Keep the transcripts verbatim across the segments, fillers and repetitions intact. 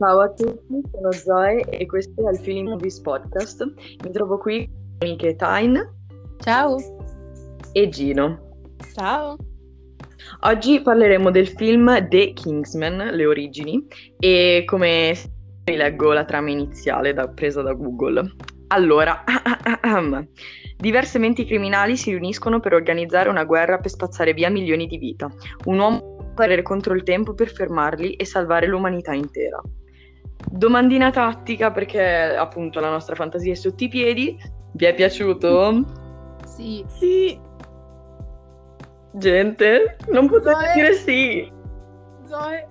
Ciao a tutti, sono Zoe e questo è il Feeling Movies Podcast. Mi trovo qui con le amiche Tain Ciao. e Gino. Ciao. Oggi parleremo del film The Kingsman, le origini, e come vi leggo la trama iniziale da- presa da Google. Allora, diverse menti criminali si riuniscono per organizzare una guerra per spazzare via milioni di vita. Un uomo può correre contro il tempo per fermarli e salvare l'umanità intera. Domandina tattica perché appunto la nostra fantasia è sotto i piedi. Vi è piaciuto? Sì. Sì, Gente, non potete Zoe. dire sì. Zoe.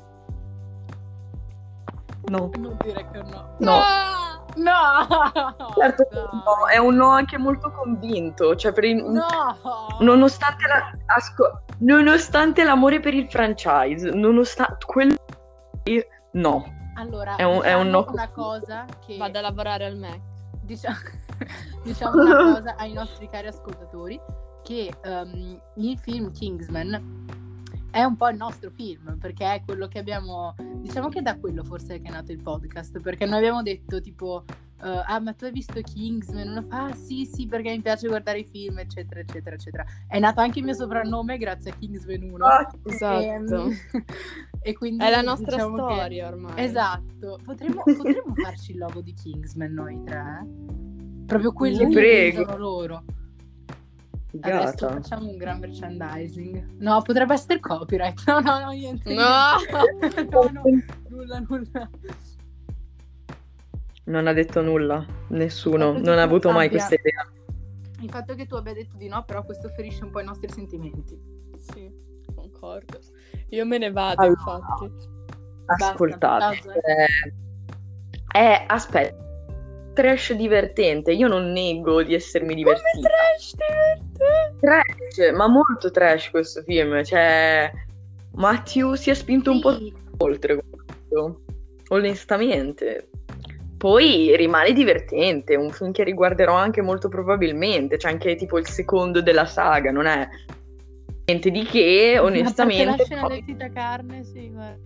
No. Non dire che no. No. No. Certo che Dai. no, è un no anche molto convinto, cioè per il- No. nonostante la- asco- nonostante l'amore per il franchise, nonostante quello no. Allora, È un- è un diciamo no. una cosa che vado a lavorare al Mac. diciamo, diciamo una cosa ai nostri cari ascoltatori che ehm, il film Kingsman è un po' il nostro film, perché è quello che abbiamo, diciamo che è da quello forse che è nato il podcast, perché noi abbiamo detto tipo eh, ah, ma tu hai visto Kingsman? Uno fa ah sì sì perché mi piace guardare i film eccetera eccetera eccetera. È nato anche il mio soprannome grazie a Kingsman uno. Ah, Esatto. E, e quindi È la nostra diciamo che- storia ormai. Esatto, potremmo, potremmo farci il logo di Kingsman noi tre, eh? Proprio quello Ti che prego. usano loro. Adesso figata. facciamo un gran merchandising. No, potrebbe essere copyright. No, no, no, niente. No! niente. No, no, nulla, nulla. Non ha detto nulla, nessuno, Fatto che non ha tu avuto mai abbia- questa idea. Il fatto che tu abbia detto di no, però questo ferisce un po' i nostri sentimenti. Sì, concordo. Io me ne vado, Allora, infatti. Ascoltate, Basta, Zoe. eh, eh, aspetta, trash divertente, io non nego di essermi divertita. trash divertente! Trash, ma molto trash questo film, cioè Matthew si è spinto un po' Sì. oltre questo, onestamente. Poi rimane divertente, un film che riguarderò anche molto probabilmente, c'è anche tipo il secondo della saga, non è niente di che, Ma onestamente. perché la scena del tita carne, sì, guarda.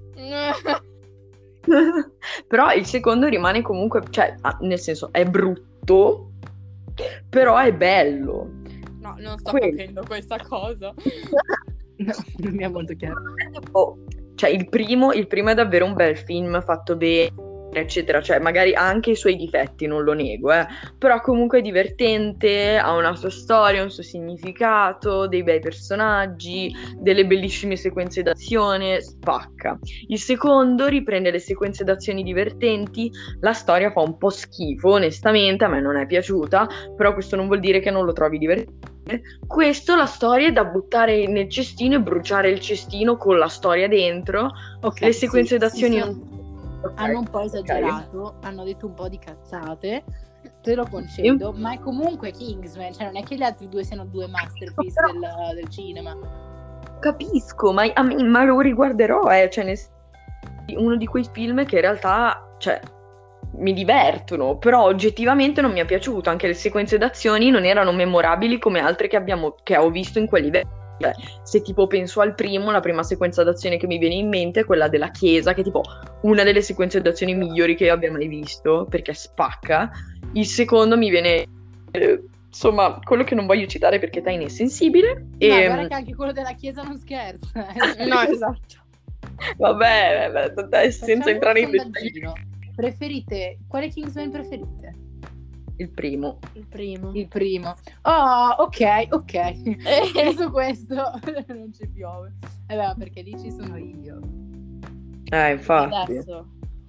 Però il secondo rimane comunque, cioè, ah, nel senso, è brutto, però è bello. No, non sto Quello. capendo questa cosa. No, non mi è molto chiaro. Oh, cioè, il primo, il primo è davvero un bel film, fatto bene, eccetera. Cioè, magari ha anche i suoi difetti, non lo nego, eh. Però comunque è divertente, ha una sua storia, un suo significato, dei bei personaggi, delle bellissime sequenze d'azione, spacca. Il secondo riprende le sequenze d'azioni divertenti, la storia fa un po' schifo, onestamente, a me non è piaciuta, però questo non vuol dire che non lo trovi divertente. Questo la storia è da buttare nel cestino e bruciare il cestino con la storia dentro. Ok, Le sequenze sì, d'azioni sì, non... sì. Ok, Hanno un po' ok. esagerato, hanno detto un po' di cazzate, te lo concedo, ma è comunque Kingsman, cioè non è che gli altri due siano due masterpiece Però- del, del cinema. Capisco, ma, a me- ma lo riguarderò, eh, cioè nel senso, uno di quei film che in realtà, cioè, mi divertono, però oggettivamente non mi è piaciuto, anche le sequenze d'azioni non erano memorabili come altre che abbiamo, che ho visto in quelli vecchi. Cioè, se tipo penso al primo, la prima sequenza d'azione che mi viene in mente è quella della chiesa, che è tipo una delle sequenze d'azione migliori che io abbia mai visto, perché spacca. Il secondo mi viene, eh, insomma, quello che non voglio citare perché Tiny è sensibile. Ma E, guarda che anche quello della chiesa non scherza. eh. No, esatto. vabbè, vabbè, dai, senza Facciamo entrare in un dettagli. sondaggino. Preferite, quale Kingsman preferite? Il primo. Il primo. Il primo. Oh, ok, ok. Eh. E su questo non ci piove. Eh beh, perché lì ci sono io. Eh, infatti. Adesso.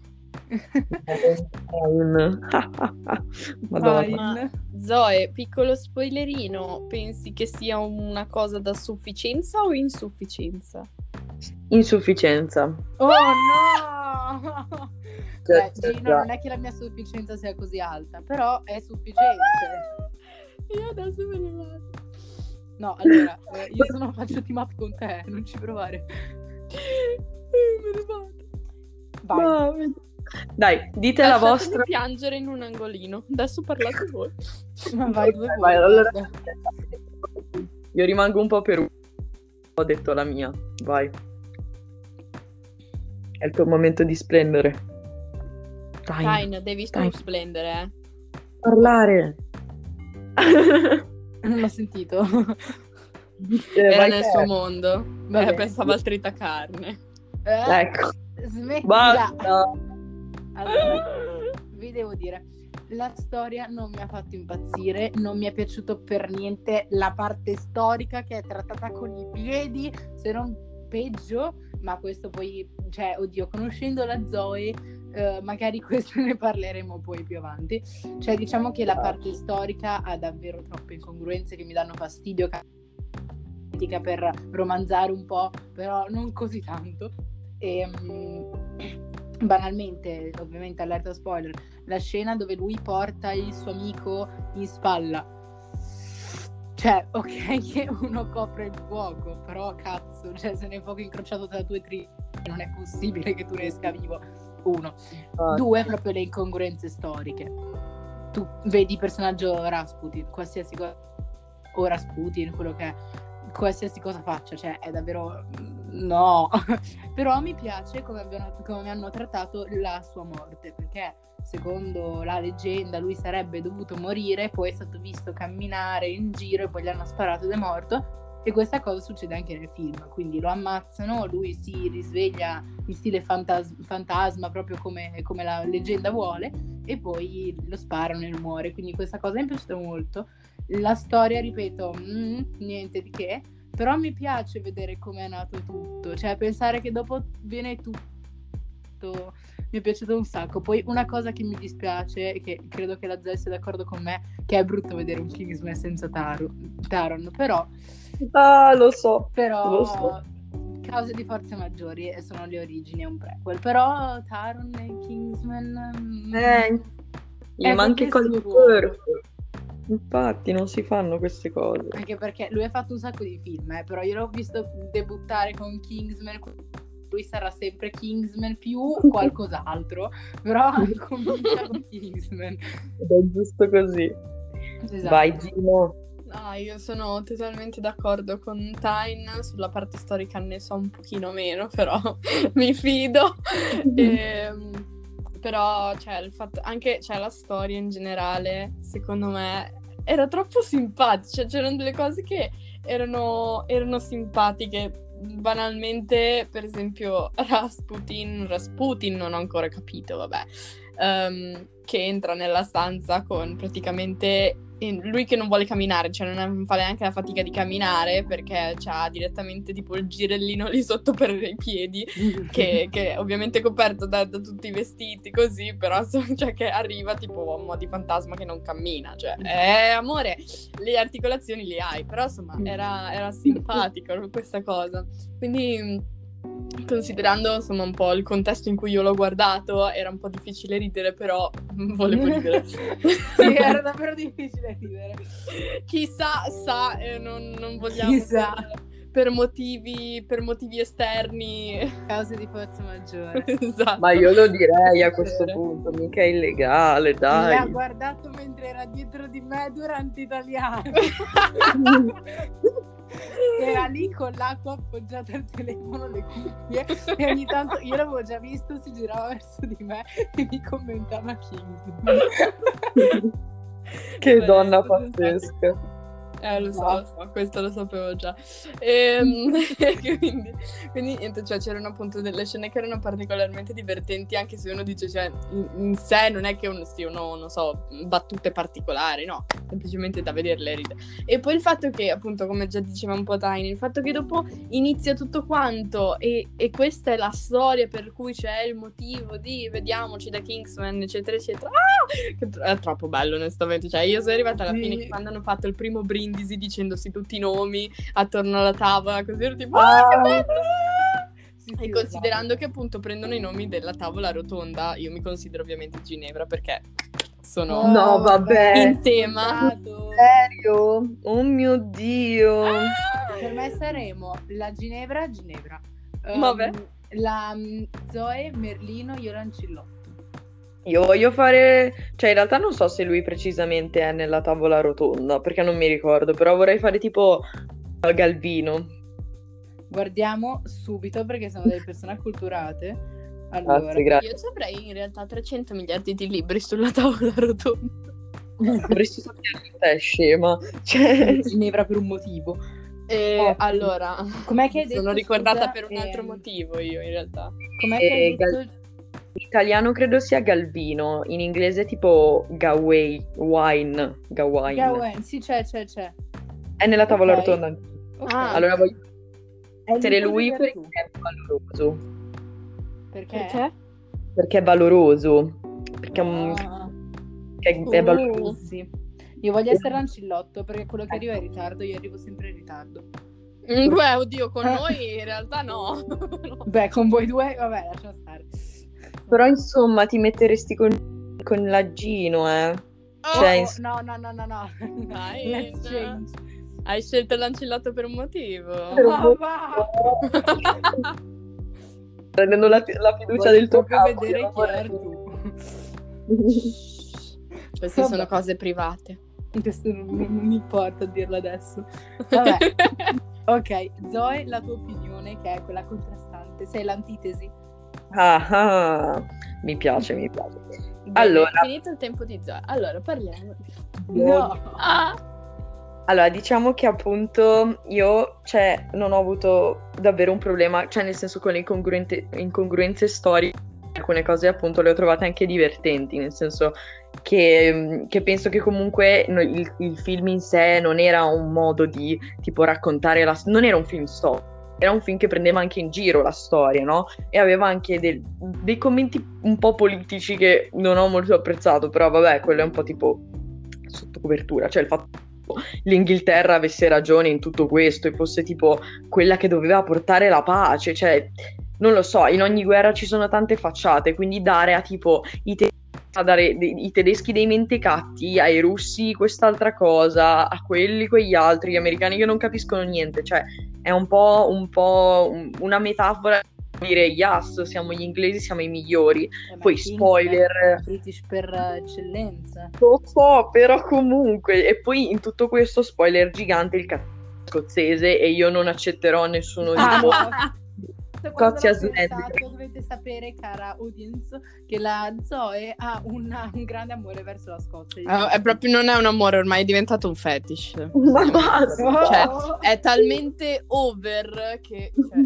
Fine. Madonna. Fine. Zoe, piccolo spoilerino, pensi che sia una cosa da sufficienza o insufficienza? Insufficienza. Oh no! Beh, Cioè, Gino, non è che la mia sufficienza sia così alta, però è sufficiente. Io adesso me ne vado. No, allora, eh, io sono faccio team up con te, non ci provare. Eh, me ne vado. Vai. No, dai, dite la Lasciatemi vostra. piangere in un angolino. Adesso parlate voi. Ma vai dove vuoi. Vai, allora. guarda. Io rimango un po' per ho detto la mia. Vai. È il tuo momento di splendere. Tyne, Tyne, devi tu Tyne, splendere, eh. parlare. Non l'ho sentito. Eh, Era vai nel te. suo mondo. Vabbè. Eh, pensava al tritacarne. Eh, Ecco, smettila. basta. Allora, vi devo dire, la storia non mi ha fatto impazzire, non mi è piaciuto per niente la parte storica che è trattata con i piedi, se non peggio, ma questo poi, cioè, oddio, conoscendo la Zoe, eh, magari questo ne parleremo poi più avanti. Cioè, diciamo che la parte storica ha davvero troppe incongruenze che mi danno fastidio, per romanzare un po', però non così tanto. E banalmente, ovviamente allerta spoiler, la scena dove lui porta il suo amico in spalla, cioè ok che uno copre il fuoco, però cazzo, cioè se ne è fuoco incrociato tra due tri non è possibile che tu ne esca vivo. Uno. Ah, Due, proprio le incongruenze storiche. Tu vedi il personaggio Rasputin, qualsiasi cosa, o Rasputin, quello che è, qualsiasi cosa faccia, cioè è davvero no. Però mi piace come, abbiano, come hanno trattato la sua morte, perché secondo la leggenda lui sarebbe dovuto morire, poi è stato visto camminare in giro e poi gli hanno sparato ed è morto, e questa cosa succede anche nel film, quindi lo ammazzano, lui si risveglia in stile fantas- fantasma proprio come, come la leggenda vuole, e poi lo sparano e muore, quindi questa cosa mi è piaciuta molto. La storia, ripeto, mm, niente di che, però mi piace vedere come è nato tutto, cioè pensare che dopo viene tutto, mi è piaciuto un sacco. Poi una cosa che mi dispiace, e che credo che la Zoe sia d'accordo con me, che è brutto vedere un Kingsman senza Taron, Taron però, ah, lo so, però lo so. cause di forze maggiori e sono le origini, è un prequel, però Taron e Kingsman mm, Eh, gli è manca il proprio il colpo suo vero. ruolo. Infatti non si fanno queste cose. Anche perché lui ha fatto un sacco di film, eh, però io l'ho visto debuttare con Kingsman, lui sarà sempre Kingsman più qualcos'altro, però comincia con Kingsman. Ed è giusto così. Esatto. Vai Gino. Ah, io sono totalmente d'accordo con Tyne, sulla parte storica ne so un pochino meno, però mi fido. Ehm, però, cioè, il fatto, anche cioè, la storia in generale, secondo me, era troppo simpatica. Cioè, c'erano delle cose che erano, erano simpatiche. Banalmente, per esempio, Rasputin, Rasputin non ho ancora capito, vabbè, um, che entra nella stanza con praticamente lui che non vuole camminare, cioè non, è, non fa neanche la fatica di camminare perché c'ha direttamente tipo il girellino lì sotto per i piedi che, che è ovviamente coperto da, da tutti i vestiti così, però cioè che arriva tipo a mo' di fantasma che non cammina, cioè eh, amore, le articolazioni le hai, però insomma era, era simpatico questa cosa, quindi considerando insomma un po' il contesto in cui io l'ho guardato era un po' difficile ridere, però volevo ridere. Sì, era davvero difficile ridere. Chissà, sa, eh, non, non vogliamo Chissà. Per, per motivi per motivi esterni, cause di forza maggiore. Esatto. Ma io lo direi a questo punto, mica è illegale, dai. L'ha guardato mentre era dietro di me durante Italiano. Era lì con l'acqua appoggiata al telefono, le cuffie, e ogni tanto io l'avevo già visto, si girava verso di me e mi commentava Kingsman. Che Beh, donna questo pazzesca. Eh, lo so, No. lo so, questo lo sapevo già. E, quindi, quindi niente, cioè c'erano appunto delle scene che erano particolarmente divertenti, anche se uno dice, cioè, in, in sé non è che uno siano, non so, battute particolari, no, semplicemente da vederle ride. E poi il fatto che, appunto, come già diceva un po' Tiny, il fatto che dopo inizia tutto quanto e, e questa è la storia per cui c'è il motivo di vediamoci da Kingsman, eccetera, eccetera. Ah! Che è troppo bello, onestamente. Cioè, io sono arrivata alla Sì. fine che quando hanno fatto il primo brindisi dicendosi tutti i nomi attorno alla tavola, così ero tipo, Ah. ah, che bello! Sì, sì, E considerando esatto. che appunto prendono i nomi della tavola rotonda, io mi considero ovviamente Ginevra perché sono Oh, No, vabbè. in tema. Esatto. Serio? Oh mio Dio. Per me saremo la Ginevra, Ginevra. Um, Vabbè. La um, Zoe, Merlino, io Lancillotto. Io voglio fare, cioè in realtà non so se lui precisamente è nella tavola rotonda, perché non mi ricordo, però vorrei fare tipo Galvino. Guardiamo subito perché sono delle persone acculturate. Allora, Grazie, grazie. Io ci avrei in realtà trecento miliardi di libri sulla tavola rotonda. Dovresti sapere te, scema. Cioè, Ginevra per un motivo. E Oh, allora, com'è che hai detto? sono ricordata scusa? per un altro Ehm, motivo io in realtà. Com'è che hai Eh, Gal- detto? in italiano credo sia Galvino, in inglese tipo Gawain, Wine, Gawain. Gawain, sì, c'è, c'è, c'è. È nella tavola Ok. rotonda. Ok. Ah. Allora voglio È lì essere puoi lui vedere perché tu. è valoroso. Perché? Perché? Perché è valoroso. Perché è, un- Ah. che è Uh. valoroso. Sì. Io voglio essere l'ancillotto perché quello che arriva in ritardo, io arrivo sempre in ritardo. Mm, Beh, oddio, con noi in realtà no. No. Beh, con voi due, vabbè, lascia stare. Però insomma ti metteresti con, con l'aggino, eh. Oh, Cioè, Oh, ins- no, no, no, no, no. Dai, Let's no. change. Hai scelto l'ancillato per un motivo. Per un Ma po'- va! prendendo la, la fiducia Voglio del tuo proprio capo. vedere io chi è vorrei- tu. Queste Vabbè. sono cose private. Questo non, non mi importa dirlo adesso. Vabbè. Ok, Zoe, la tua opinione, che è quella contrastante, sei l'antitesi. Ah, ah, mi piace, mi piace. Bene, Allora. finito il tempo di Zoe. Allora, parliamo. No. Ah, Allora, diciamo che appunto io, cioè, non ho avuto davvero un problema, cioè nel senso con le incongruente- incongruenze storiche, alcune cose appunto le ho trovate anche divertenti, nel senso che, che penso che comunque no- il, il film in sé non era un modo di tipo raccontare la non era un film storico, era un film che prendeva anche in giro la storia, no? E aveva anche del- dei commenti un po' politici che non ho molto apprezzato, però vabbè, quello è un po' tipo sotto copertura, cioè il fatto l'Inghilterra avesse ragione in tutto questo e fosse tipo quella che doveva portare la pace, cioè non lo so, in ogni guerra ci sono tante facciate, quindi dare a tipo i, te- a dare de- i tedeschi dei mentecatti, ai russi quest'altra cosa, a quelli quegli altri, gli americani che non capiscono niente, cioè è un po', un po' un- una metafora per dire yes, siamo gli inglesi, siamo i migliori. Eh, ma Poi Kingsman spoiler. è British per eh, eccellenza. Lo so, però comunque, e poi in tutto questo spoiler gigante il cazzo scozzese e io non accetterò nessuno di Ah, voi. no. Quando Scozia l'ho svedese. pensato, dovete sapere, cara audience, che la Zoe ha una- un grande amore verso la Scozia. Eh, è proprio non è un amore, ormai è diventato un fetish. Ma basta! Cioè, è talmente over che cioè,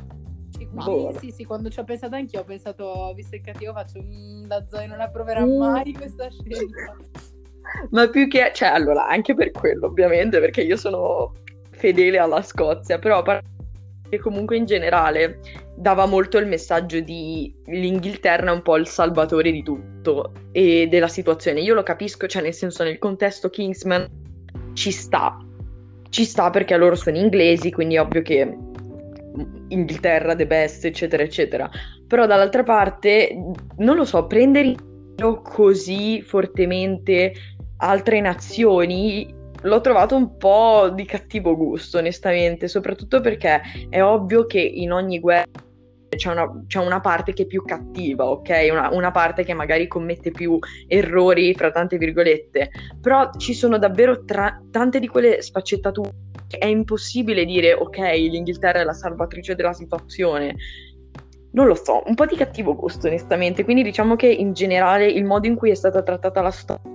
E quindi Boh. sì, sì, quando ci ho pensato anch'io, ho pensato, ho visto il cattivo, faccio, "Mm, la Zoe non approverà Mm. mai questa scelta. Ma più che, cioè, allora, anche per quello, ovviamente, perché io sono fedele alla Scozia, però a parte che comunque in generale dava molto il messaggio di l'Inghilterra è un po' il salvatore di tutto e della situazione. Io lo capisco, cioè nel senso nel contesto Kingsman ci sta, ci sta perché loro sono inglesi, quindi è ovvio che Inghilterra, the best, eccetera, eccetera. Però dall'altra parte, non lo so, prendere in giro così fortemente altre nazioni l'ho trovato un po' di cattivo gusto, onestamente, soprattutto perché è ovvio che in ogni guerra c'è una, c'è una parte che è più cattiva, ok? Una, una parte che magari commette più errori, fra tante virgolette, però ci sono davvero tra- tante di quelle sfaccettature che è impossibile dire, ok, l'Inghilterra è la salvatrice della situazione. Non lo so, un po' di cattivo gusto, onestamente, quindi diciamo che in generale il modo in cui è stata trattata la storia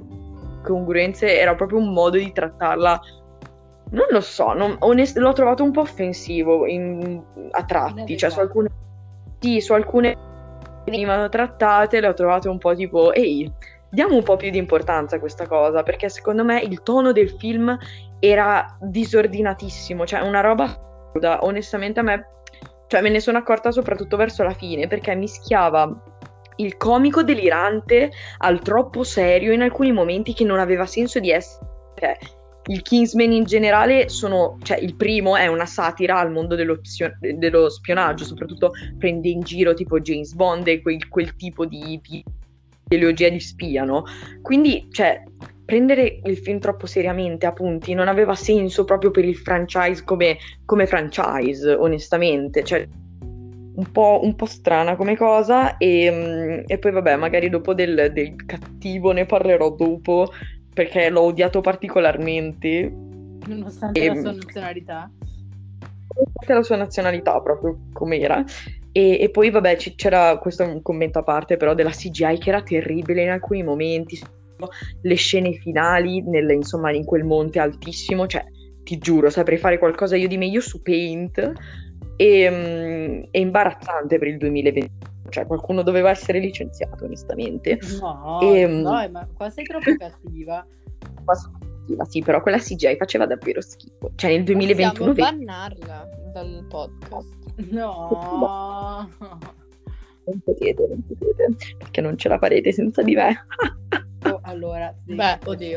congruenze era proprio un modo di trattarla, non lo so, non- onest- l'ho trovato un po' offensivo in- a tratti, cioè su alcune sì, su alcune venivano trattate le ho trovate un po' tipo ehi, diamo un po' più di importanza a questa cosa, perché secondo me il tono del film era disordinatissimo, cioè una roba assurda. Onestamente a me, cioè me ne sono accorta soprattutto verso la fine, perché mischiava il comico delirante al troppo serio in alcuni momenti che non aveva senso di essere. Perché il Kingsman in generale sono, cioè il primo è una satira al mondo dello, psio- dello spionaggio, soprattutto prende in giro tipo James Bond e quel, quel tipo di, di ideologia di spia, no? Quindi, cioè, prendere il film troppo seriamente a punti non aveva senso proprio per il franchise come, come franchise, onestamente, cioè un po', un po' strana come cosa e, mm, e poi vabbè magari dopo del, del cattivo ne parlerò dopo perché l'ho odiato particolarmente Nonostante E- la sua nazionalità. nonostante la sua nazionalità proprio com'era E, e poi vabbè c- c'era questo è un commento a parte però della C G I che era terribile in alcuni momenti, le scene finali nel, insomma in quel monte altissimo, cioè ti giuro saprei fare qualcosa io di meglio su Paint e mm, è imbarazzante per il duemilaventi, cioè qualcuno doveva essere licenziato onestamente. No, E, mm, dai, ma qua sei troppo cattiva. ma sì, però quella C G I faceva davvero schifo, cioè nel Possiamo duemilaventuno vedi- bannarla dal podcast. No. non potete, non potete, perché non ce la farete senza di me. Oh, allora, ti devi- Beh, oddio.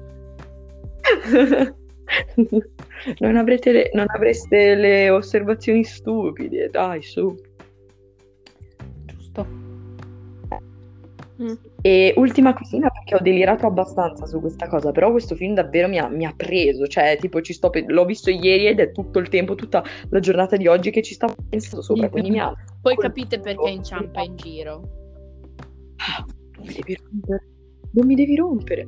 non avrete le- non avreste le osservazioni stupide, dai, su. Giusto. Mm. E ultima cosina, perché ho delirato abbastanza su questa cosa, però questo film davvero mi ha, mi ha preso, cioè tipo ci sto pe- l'ho visto ieri ed è tutto il tempo, tutta la giornata di oggi che ci stavo pensando sopra, Sì. quindi mi ha... Poi capite perché inciampa in giro. Non mi devi rompere, non mi devi rompere.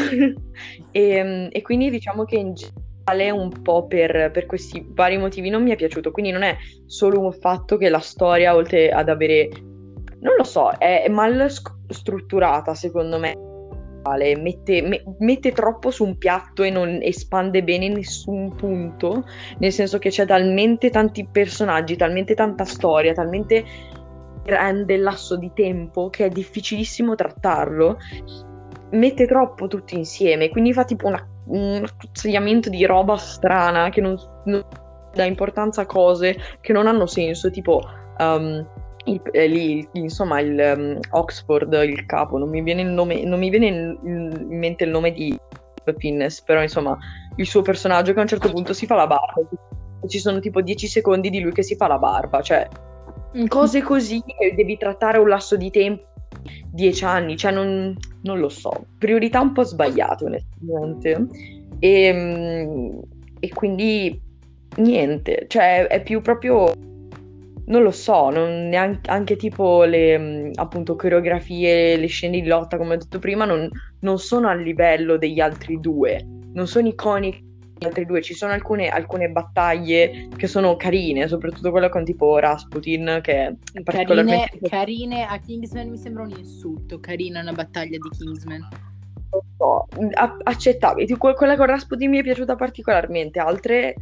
e, e quindi diciamo che in generale un po' per, per questi vari motivi non mi è piaciuto, quindi non è solo un fatto che la storia, oltre ad avere, non lo so, è, è mal sc- strutturata secondo me, mette, me- mette troppo su un piatto e non espande bene nessun punto, nel senso che c'è talmente tanti personaggi, talmente tanta storia, talmente grande lasso di tempo che è difficilissimo trattarlo, mette troppo tutto insieme, quindi fa tipo una, un accuzziamento di roba strana che non, non dà importanza a cose che non hanno senso, tipo um, il, eh, lì, insomma il um, Oxford, il capo, non mi viene il nome, non mi viene in, in mente il nome di Finnes, però insomma il suo personaggio che a un certo punto si fa la barba, ci sono tipo dieci secondi di lui che si fa la barba, cioè cose così che devi trattare un lasso di tempo dieci anni, cioè non, non lo so, priorità un po' sbagliate onestamente e, mm, e quindi niente, cioè è più proprio non lo so, non neanche, anche tipo le mm, appunto coreografie, le scene di lotta come ho detto prima non, non sono a livello degli altri due, non sono iconiche degli altri due, ci sono alcune, alcune battaglie che sono carine, soprattutto quella con tipo Rasputin che è Carine, particolarmente carine a Kingsman mi sembra un insulto. Carina una battaglia di Kingsman. so, a- accettabili. Tipo, que- quella con Rasputin mi è piaciuta particolarmente, altre,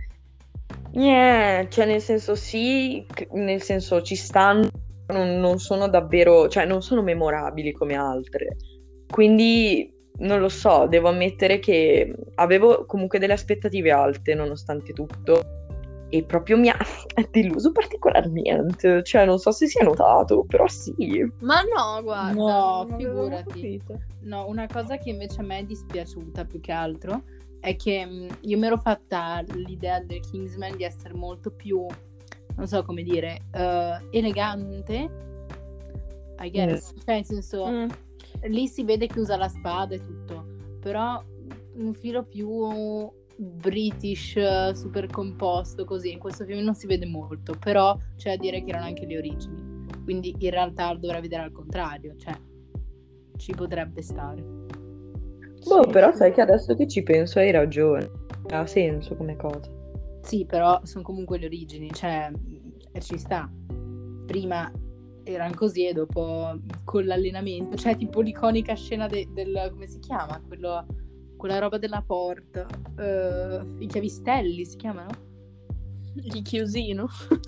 yeah, cioè nel senso sì, c- nel senso ci stanno, non, non sono davvero, cioè non sono memorabili come altre. Quindi non lo so, devo ammettere che avevo comunque delle aspettative alte nonostante tutto e proprio mi ha deluso particolarmente, cioè non so se si è notato, però sì. Ma no, guarda. No, non avevo figurati. capito. No, una cosa che invece a me è dispiaciuta più che altro è che mh, io mi ero fatta l'idea del Kingsman di essere molto più, non so come dire, eh, elegante, I guess. Cioè, nel senso, Mm. lì si vede che usa la spada e tutto, però un filo più British, eh, super composto, così. In questo film non si vede molto, però c'è da dire che erano anche le origini. Quindi in realtà dovrà vedere al contrario, cioè ci potrebbe stare. Boh, però sai che adesso che ci penso hai ragione, ha senso come cosa. Sì, però sono comunque le origini, cioè eh, ci sta. Prima erano così e dopo con l'allenamento, cioè tipo l'iconica scena de- del, come si chiama? Quello, quella roba della porta, eh, i chiavistelli si chiamano? Il chiusino.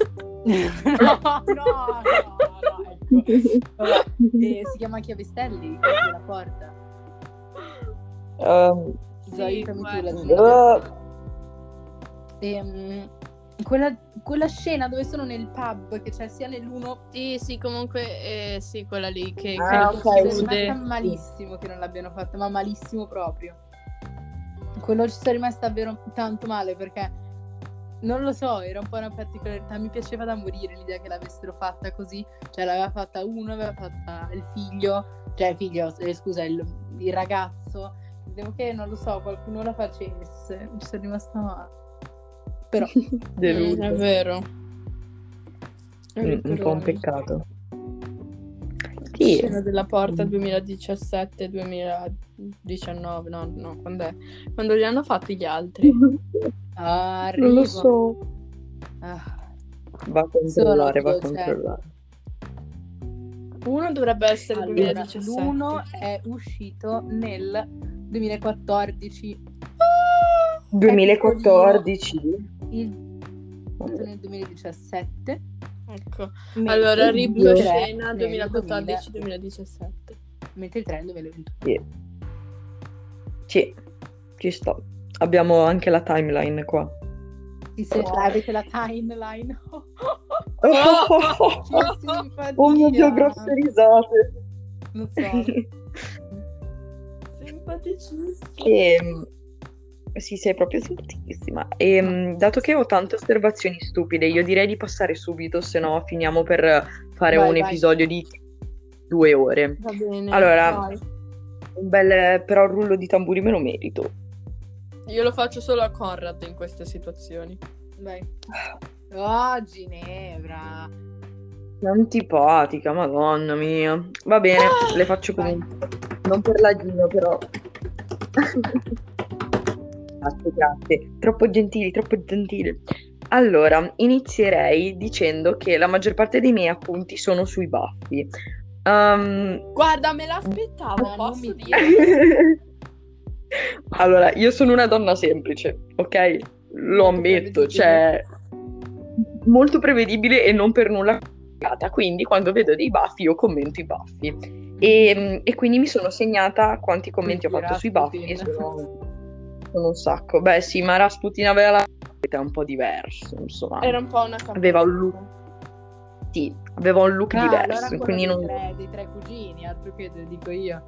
no, no, no, no, ecco. Vabbè, eh, si chiama chiavistelli, quello della porta. Um, Sì, Aiutami tu, guarda. la uh, Ehm, quella, quella scena dove sono nel pub, che c'è sia nell'uno. Sì, sì, comunque, eh, sì, quella lì che, Ah, che ok, Sono chiude. rimasta malissimo che non l'abbiano fatta, ma malissimo proprio. Quello ci sono rimasta davvero tanto male perché non lo so, era un po' una particolarità. Mi piaceva da morire l'idea che l'avessero fatta così, cioè l'aveva fatta uno, aveva fatta il figlio, cioè il figlio, eh, scusa, il, il ragazzo. Devo che non lo so, qualcuno la facesse, ci sono rimasta male. Però deluso. Mm, è vero. Hai Mm, un po' un ragione. peccato. Sì, Scena della porta Mm. duemiladiciassette duemiladiciannove, no, no, quando è? Quando li hanno fatti gli altri. arrivo. non lo so. Ah, Va a controllare, va a controllare. Uno dovrebbe essere il Allora, duemiladiciassette. l'uno è uscito nel duemilaquattordici. duemilaquattordici? Il nel duemiladiciassette. Ecco. Mentre Allora, il Rip tre Scena nel duemilaquattordici duemiladiciassette. Mentre il tre nel duemilaventuno. Sì. Sì, ci sto. Abbiamo anche la timeline qua. Sì, se avete la timeline. Oh, oh, oh, Che oh. simpatia. Oh mio Dio, grosse risate. Non so. Simpaticissimo. E, sì, sei proprio simpaticissima. E mh, dato che ho tante osservazioni stupide, io direi di passare subito, se no finiamo per fare Vai, un vai. episodio di due ore. Va bene. Allora, vai. un bel però rullo di tamburi me lo merito. Io lo faccio solo a Conrad in queste situazioni. Vai. Oh, Ginevra. Che antipatica, madonna mia. Va bene, le faccio Vai. comunque. Non per la Gino, però. Grazie, grazie. Troppo gentili, troppo gentili. Allora, inizierei dicendo che la maggior parte dei miei appunti sono sui baffi. Um, Guarda, me l'aspettavo, Ah, non posso mi dire? Allora, io sono una donna semplice, ok? Lo Molto ammetto, prevedibile. cioè molto prevedibile e non per nulla complicata. Quindi quando vedo dei baffi io commento i baffi. E, e quindi mi sono segnata quanti commenti ho Quindi fatto sui baffi e Rasputin. sono, sono un sacco. Beh sì, ma Rasputin aveva la è un po' diverso, insomma. Era un po' una campagna. Aveva un look, sì, aveva un look Ah, diverso, allora quello quindi dei, non... tre, dei tre cugini, altro che te lo dico io.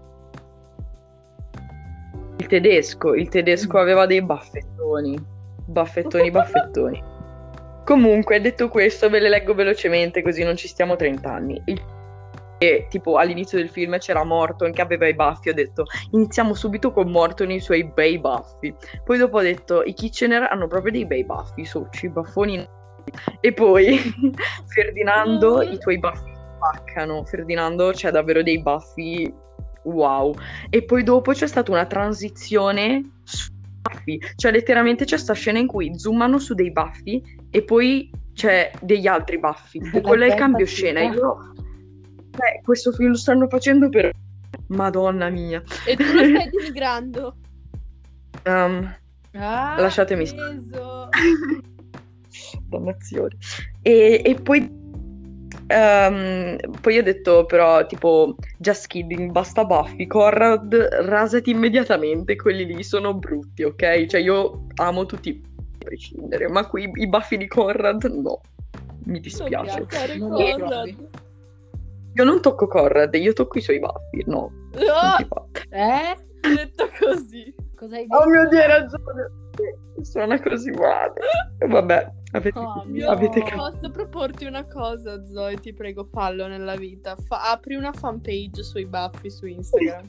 Il tedesco, il tedesco Mm. aveva dei baffettoni, baffettoni, baffettoni. Comunque, detto questo, ve le leggo velocemente così non ci stiamo trenta anni. Il e tipo all'inizio del film c'era Morton che aveva i baffi, ho detto iniziamo subito con Morton e i suoi bei baffi. Poi dopo ho detto i Kitchener hanno proprio dei bei baffi, soci, baffoni. E poi Ferdinando, i tuoi baffi spaccano. Ferdinando c'ha davvero dei baffi wow. E poi dopo c'è stata una transizione sui baffi, cioè letteralmente c'è sta scena in cui zoomano su dei baffi e poi c'è degli altri baffi e La quello è il zeppa cambio sì. scena. Io eh, questo film lo stanno facendo per Madonna mia. E tu lo stai denigrando. Um, Ah, Lasciatemi preso. dannazione. E, e poi ehm, poi ho detto però tipo just kidding, basta baffi, Conrad rasati immediatamente, quelli lì sono brutti, ok? Cioè io amo tutti a prescindere, ma qui i baffi di Conrad no, mi dispiace. Non piacere Non E- lo Conrad. Io non tocco Conrad, io tocco i suoi baffi, no, non Oh, ti fa. Eh? detto così. Cosa hai detto? Oh mio Dio, hai ragione. Suona così male. Vabbè, avete, Oh, Io avete no. capito. posso proporti una cosa, Zoe, ti prego, fallo nella vita. Fa- apri una fanpage sui baffi su Instagram.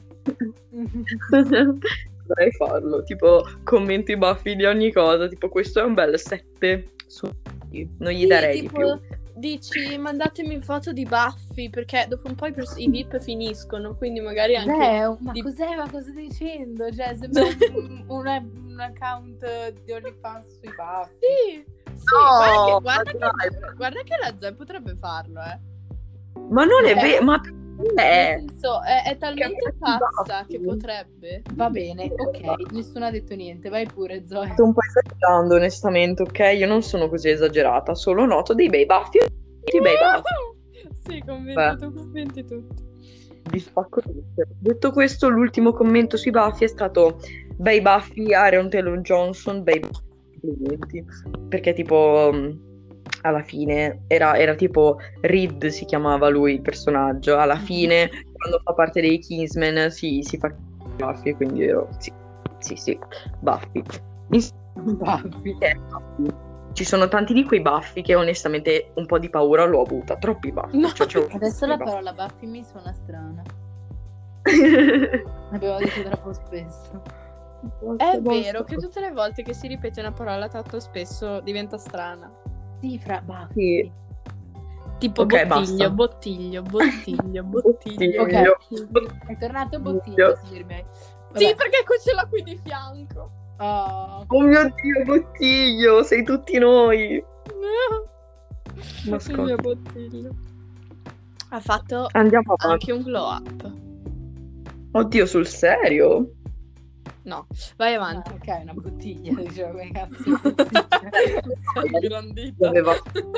Dovrei farlo, tipo commento i baffi di ogni cosa, tipo questo è un bel sette su non gli Sì, darei tipo, di più. dici mandatemi foto di baffi perché dopo un po' i, pers- i V I P finiscono, quindi magari anche Cos'è? Ma di- cos'è? Ma cosa stai dicendo? Cioè, sembra un, una- un account di OnlyFans sui baffi. sì, sì, No, guarda, che, guarda, ma che, guarda che la Zoe potrebbe farlo, eh. Ma non è Eh. vero, ma Nel è senso, è, è talmente Che pazza baffi. che potrebbe. Va bene, ok, nessuno ha detto niente. Vai pure, Zoe. sto un po' esagerando onestamente, ok? Io non sono così esagerata, solo noto dei bei baffi e dei bei baffi. Sì, convinti tu, convinti tutti. Vi spacco tutto. Detto questo, l'ultimo commento sui baffi è stato bei baffi Aaron Taylor Johnson, bei baffi complimenti. Perché tipo mh, alla fine era, era tipo Reed si chiamava lui il personaggio, alla fine quando fa parte dei Kingsmen si, si fa baffi, quindi ero sì, sì, sì, baffi. In- Baffi. eh, baffi. Ci sono tanti di quei baffi che onestamente un po' di paura l'ho avuta, troppi baffi. No. Cioè, c'ho- Adesso la baffi. parola baffi mi suona strana. L'abbiamo detto troppo spesso. È vero che tutte le volte che si ripete una parola tanto spesso diventa strana. Sì, fra baffi. Sì. Tipo Ok, bottiglio, basta. bottiglio, bottiglio, bottiglio. Ok. Io- È tornato Bottiglio, Bottiglio. signori miei. Sì, Vabbè. perché qui ce l'ha qui di fianco. Oh. Oh mio Dio, Bottiglio, sei tutti noi. La Nascosto. mia bottiglia. Ha fatto Andiamo avanti. anche un glow up. Oddio, sul serio? No, vai Ah, avanti. ok, una bottiglia, dicevo, come cazzo di bottiglia? Ingrandita. Aveva...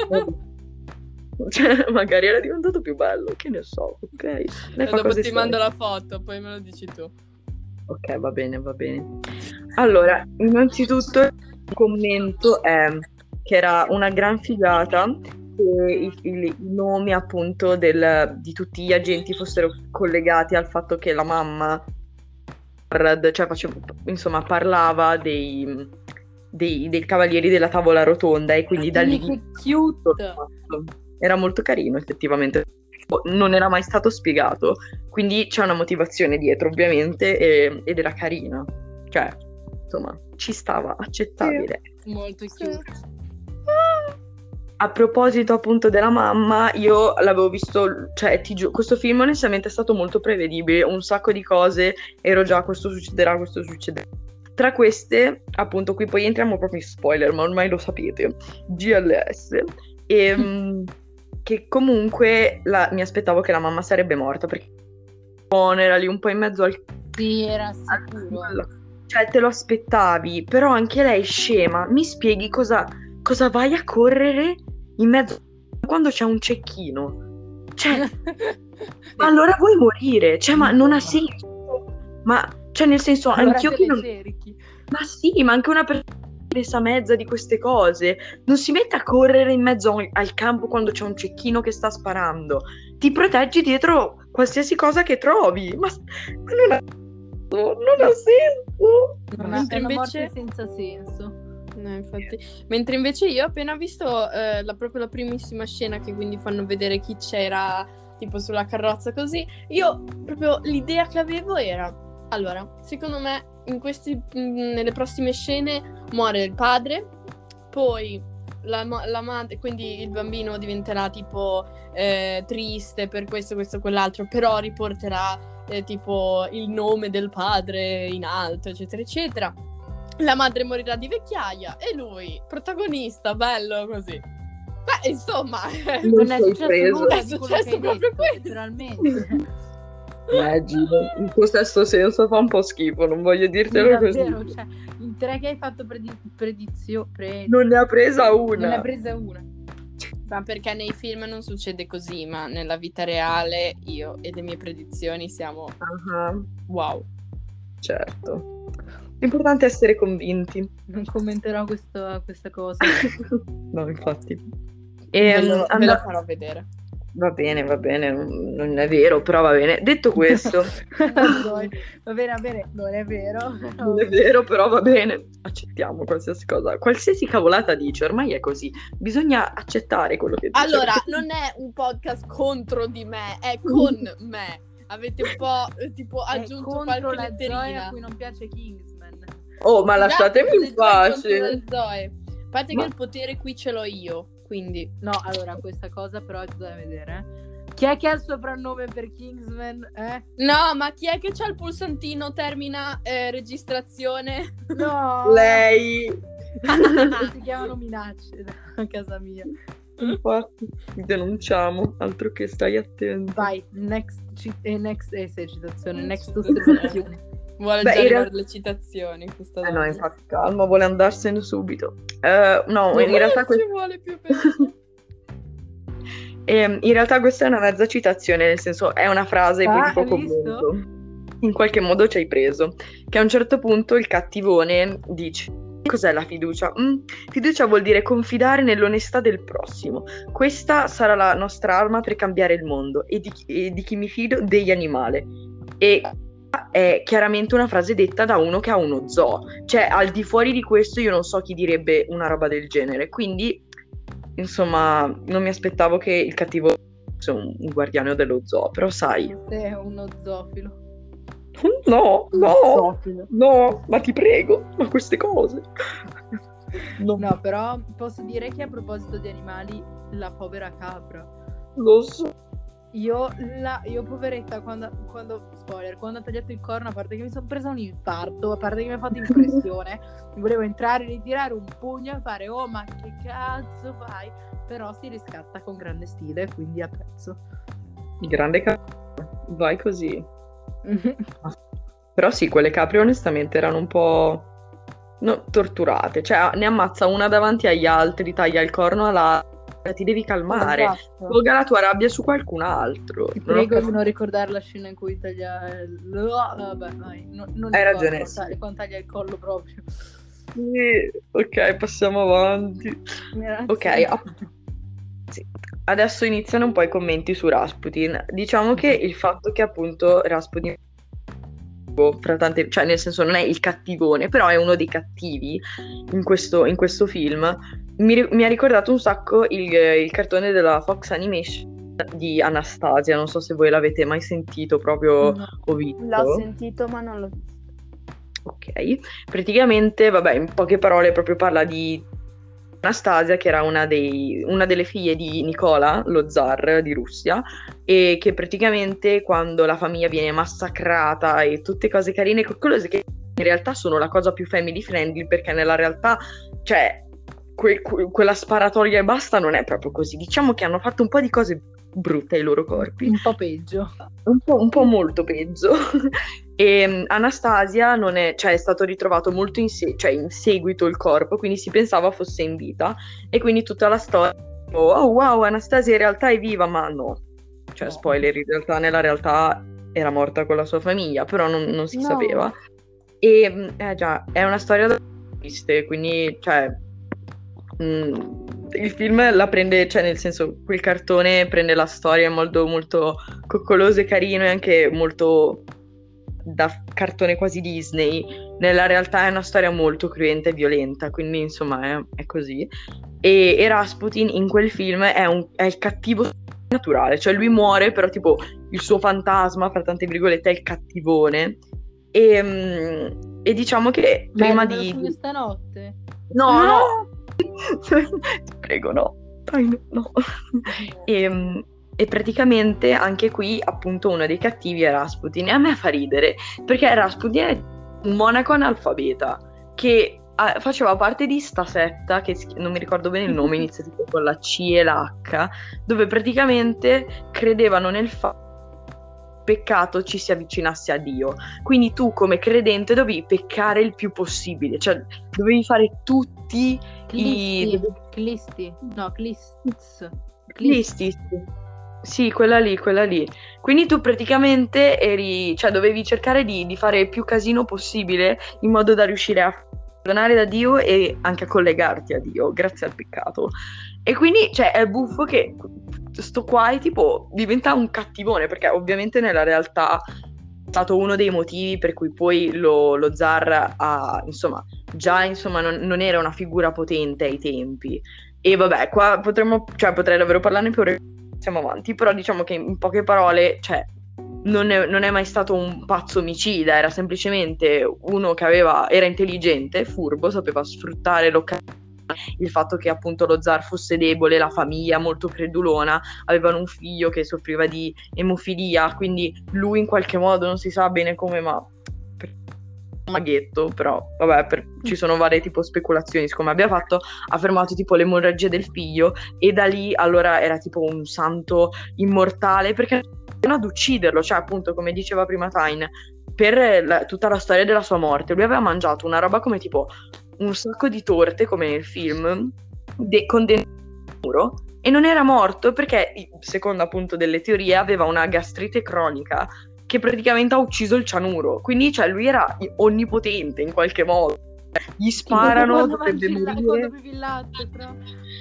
Cioè, magari era diventato più bello, che ne so, ok? Lei E fa dopo cose ti mando serie. la foto, poi me lo dici tu. Ok, va bene, va bene. Allora, innanzitutto il commento è che era una gran figata che i, i- i nomi appunto del- di tutti gli agenti fossero collegati al fatto che la mamma, cioè faceva, insomma, parlava dei, dei, dei cavalieri della tavola rotonda e quindi da lì Che cute! era molto carino effettivamente. Non era mai stato spiegato, quindi c'è una motivazione dietro ovviamente e- ed era carina, cioè insomma ci stava, accettabile. Molto cute. A proposito appunto della mamma, io l'avevo visto, cioè ti giuro, questo film onestamente è stato molto prevedibile, un sacco di cose, ero già questo succederà, questo succederà. Tra queste, appunto, qui poi entriamo proprio in spoiler, ma ormai lo sapete, G L S, e mm, che comunque la- mi aspettavo che la mamma sarebbe morta, perché era lì un po' in mezzo al... Sì, era al- sicuro. Cioè, te lo aspettavi, però anche lei scema, mi spieghi cosa, cosa vai a correre in mezzo quando c'è un cecchino? Cioè, allora vuoi morire, cioè, ma non ha senso. Ma, cioè, nel senso, Allora anch'io te che le non... cerchi. Ma sì, ma anche una persona che sa mezza di queste cose non si mette a correre in mezzo al- al campo quando c'è un cecchino che sta sparando. Ti proteggi dietro qualsiasi cosa che trovi. Ma, ma non ha senso, non ha senso. Non ha- Mentre è una invece- morte senza senso. No, infatti. Mentre invece io ho appena visto eh, la, proprio la primissima scena che quindi fanno vedere chi c'era tipo sulla carrozza così, io proprio l'idea che avevo era, allora, secondo me in questi, mh, nelle prossime scene muore il padre, poi la, ma- la madre, quindi il bambino diventerà tipo eh, triste per questo, questo, quell'altro, però riporterà eh, tipo il nome del padre in alto, eccetera, eccetera. La madre morirà di vecchiaia e lui, protagonista, bello così. Beh, insomma, Non Non è sei successo preso. nulla È di quello successo che hai proprio detto, questo. letteralmente. Eh, Gino, in questo stesso senso fa un po' schifo, non voglio Sì, dirtelo così. davvero, cioè, in tre che hai fatto predi- predizio- pre- Non ne ha presa non una. ne ha presa una. ma perché nei film non succede così, ma nella vita reale io e le mie predizioni siamo Ah, wow. certo. L'importante è essere convinti. Non commenterò questo- questa cosa. No, infatti. Ve E, lo, ve and- lo farò vedere. Va bene, va bene, non non è vero, però va bene. Detto questo, Zoe, va bene, va bene, non è vero. non è vero, però va bene. Accettiamo qualsiasi cosa. Qualsiasi cavolata dice, ormai è così. Bisogna accettare quello che dice. Allora, non è un podcast contro di me, è con me. Avete un po' eh, tipo È aggiunto contro qualche la Zoe a letterina. cui non piace Kingsman. Oh, ma lasciatemi in Esatto, le Zoe pace. contro le Zoe. A parte Ma- che il potere qui ce l'ho io, quindi No, allora, questa cosa però è da vedere. eh. Chi è che ha il soprannome per Kingsman? Eh? no, ma chi è che c'ha il pulsantino termina eh, registrazione? No! Lei. Si chiamano minacce a casa mia. Infatti, ti denunciamo, altro che stai attento. Vai, next, ci- eh, next eh, sì, citazione, next osservazione. Vuole Beh, già in arrivare realtà- le citazioni questa Eh no, donna. infatti, calma, vuole andarsene subito. Eh, no, in Non realtà, ci que- vuole più bene. ehm, in realtà questa è una mezza citazione, nel senso è una frase e poi Ah, tipo hai visto? commento. In qualche modo ci hai preso. Che a un certo punto il cattivone dice: cos'è la fiducia? Mm, fiducia vuol dire confidare nell'onestà del prossimo. Questa sarà la nostra arma per cambiare il mondo. E di, e di chi mi fido? Degli animali. E è chiaramente una frase detta da uno che ha uno zoo. Cioè, al di fuori di questo io non so chi direbbe una roba del genere. Quindi, insomma, non mi aspettavo che il cattivo fosse un, un guardiano dello zoo. Però sai, Sei uno zoofilo. no, no, Zoofilo. no, ma ti prego, ma queste cose. No, No, però posso dire che a proposito di animali, la povera capra. lo so. Io, la, io poveretta, quando, quando, spoiler, quando ho tagliato il corno, a parte che mi sono presa un infarto, a parte che mi ha fatto impressione, mi volevo entrare, ritirare un pugno e fare, oh ma che cazzo fai? Però si riscatta con grande stile, quindi apprezzo. Grande caprio, vai così. Però sì, quelle capre onestamente erano un po' no, torturate, cioè ne ammazza una davanti agli altri, taglia il corno alla... ti devi calmare, Esatto. sfoga la tua rabbia su qualcun altro. Ti Non ho prego di capito. non ricordare la scena in cui taglia il... Vabbè, dai, no, non Hai ricordo, ragione, quando, sì. quando taglia il collo proprio. Sì, ok, passiamo avanti. Grazie. Ok, a- sì. Adesso iniziano un po' i commenti su Rasputin. Diciamo che il fatto che appunto Rasputin, fra tante, cioè nel senso non è il cattivone, però è uno dei cattivi in questo, in questo film, mi, ri- mi ha ricordato un sacco il, il cartone della Fox Animation di Anastasia. Non so se voi l'avete mai sentito proprio No. o visto. L'ho sentito ma non l'ho visto. Ok, praticamente, vabbè, in poche parole proprio parla di Anastasia, che era una, dei, una delle figlie di Nicola, lo zar di Russia, e che praticamente quando la famiglia viene massacrata e tutte cose carine, cose che in realtà sono la cosa più family friendly, perché nella realtà, cioè, que- que- quella sparatoria e basta non è proprio così. Diciamo che hanno fatto un po' di cose brutte ai loro corpi. Un po' peggio. Un po', un po' molto peggio. E um, Anastasia non è, cioè, è stato ritrovato molto in, se- cioè, in seguito il corpo, quindi si pensava fosse in vita, e quindi tutta la storia, oh wow, Anastasia in realtà è viva, ma no, cioè No. spoiler, in realtà nella realtà era morta con la sua famiglia, però non, non si No. sapeva. E mm, eh già, è una storia da triste, quindi cioè mm, il film la prende, cioè nel senso quel cartone prende la storia molto molto coccoloso e carino, e anche molto da cartone quasi Disney. Nella realtà è una storia molto cruenta e violenta, quindi insomma è, è così. E, e Rasputin in quel film è, un, è il cattivo naturale, cioè lui muore, però tipo il suo fantasma, fra tante virgolette, è il cattivone. E, mm, e diciamo che prima Beh, di... di... stanotte. No, no, ti prego, no. Dai, no, no. E, e praticamente anche qui appunto uno dei cattivi è Rasputin, e a me fa ridere perché Rasputin è un monaco analfabeta che ah, faceva parte di sta setta che si- non mi ricordo bene il nome, inizia tipo con la C e la H, dove praticamente credevano nel fatto che il peccato ci si avvicinasse a Dio. Quindi tu come credente dovevi peccare il più possibile, cioè dovevi fare tutti Clisti. i... Clisti. No, Clists. Clisti, sì. Sì, quella lì, quella lì. Quindi tu praticamente eri, cioè dovevi cercare di, di fare il più casino possibile in modo da riuscire a perdonare da Dio e anche a collegarti a Dio grazie al peccato. E quindi, cioè, è buffo che sto qua è tipo diventa un cattivone, perché ovviamente nella realtà è stato uno dei motivi per cui poi lo, lo zar ha, insomma, già insomma non, non era una figura potente ai tempi. E vabbè, qua potremmo, cioè potrei davvero parlarne più ore, siamo avanti, però diciamo che in poche parole, cioè, non è, non è mai stato un pazzo omicida, era semplicemente uno che aveva, era intelligente, furbo, sapeva sfruttare l'occasione, il fatto che appunto lo zar fosse debole, la famiglia molto credulona, avevano un figlio che soffriva di emofilia, quindi lui in qualche modo, non si sa bene come, ma maghetto, però vabbè, per, ci sono varie tipo speculazioni su come abbia fatto, ha fermato tipo l'emorragia del figlio, e da lì allora era tipo un santo immortale, perché non ad ucciderlo, cioè appunto come diceva prima Tyne, per la, tutta la storia della sua morte lui aveva mangiato una roba come tipo un sacco di torte come nel film de- con dentro il muro, e non era morto perché secondo appunto delle teorie aveva una gastrite cronica che praticamente ha ucciso il cianuro, quindi cioè lui era onnipotente in qualche modo, gli sparano, quando, dovrebbe mangi il la- morire. quando bevi il latte, però.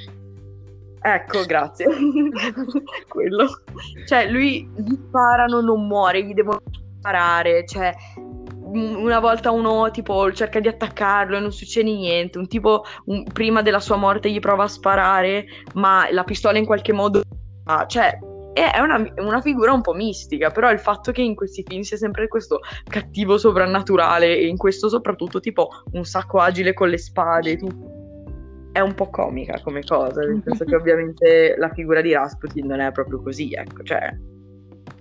Ecco, grazie. Quello. Cioè, lui gli sparano, non muore, gli devono sparare. Cioè, m- una volta uno tipo cerca di attaccarlo e non succede niente. Un tipo, un- prima della sua morte gli prova a sparare, ma la pistola in qualche modo... ah, cioè, è è una, una figura un po' mistica, però il fatto che in questi film sia sempre questo cattivo sovrannaturale, e in questo soprattutto tipo un sacco agile con le spade e tutto, è un po' comica come cosa, nel senso che ovviamente la figura di Rasputin non è proprio così, ecco, cioè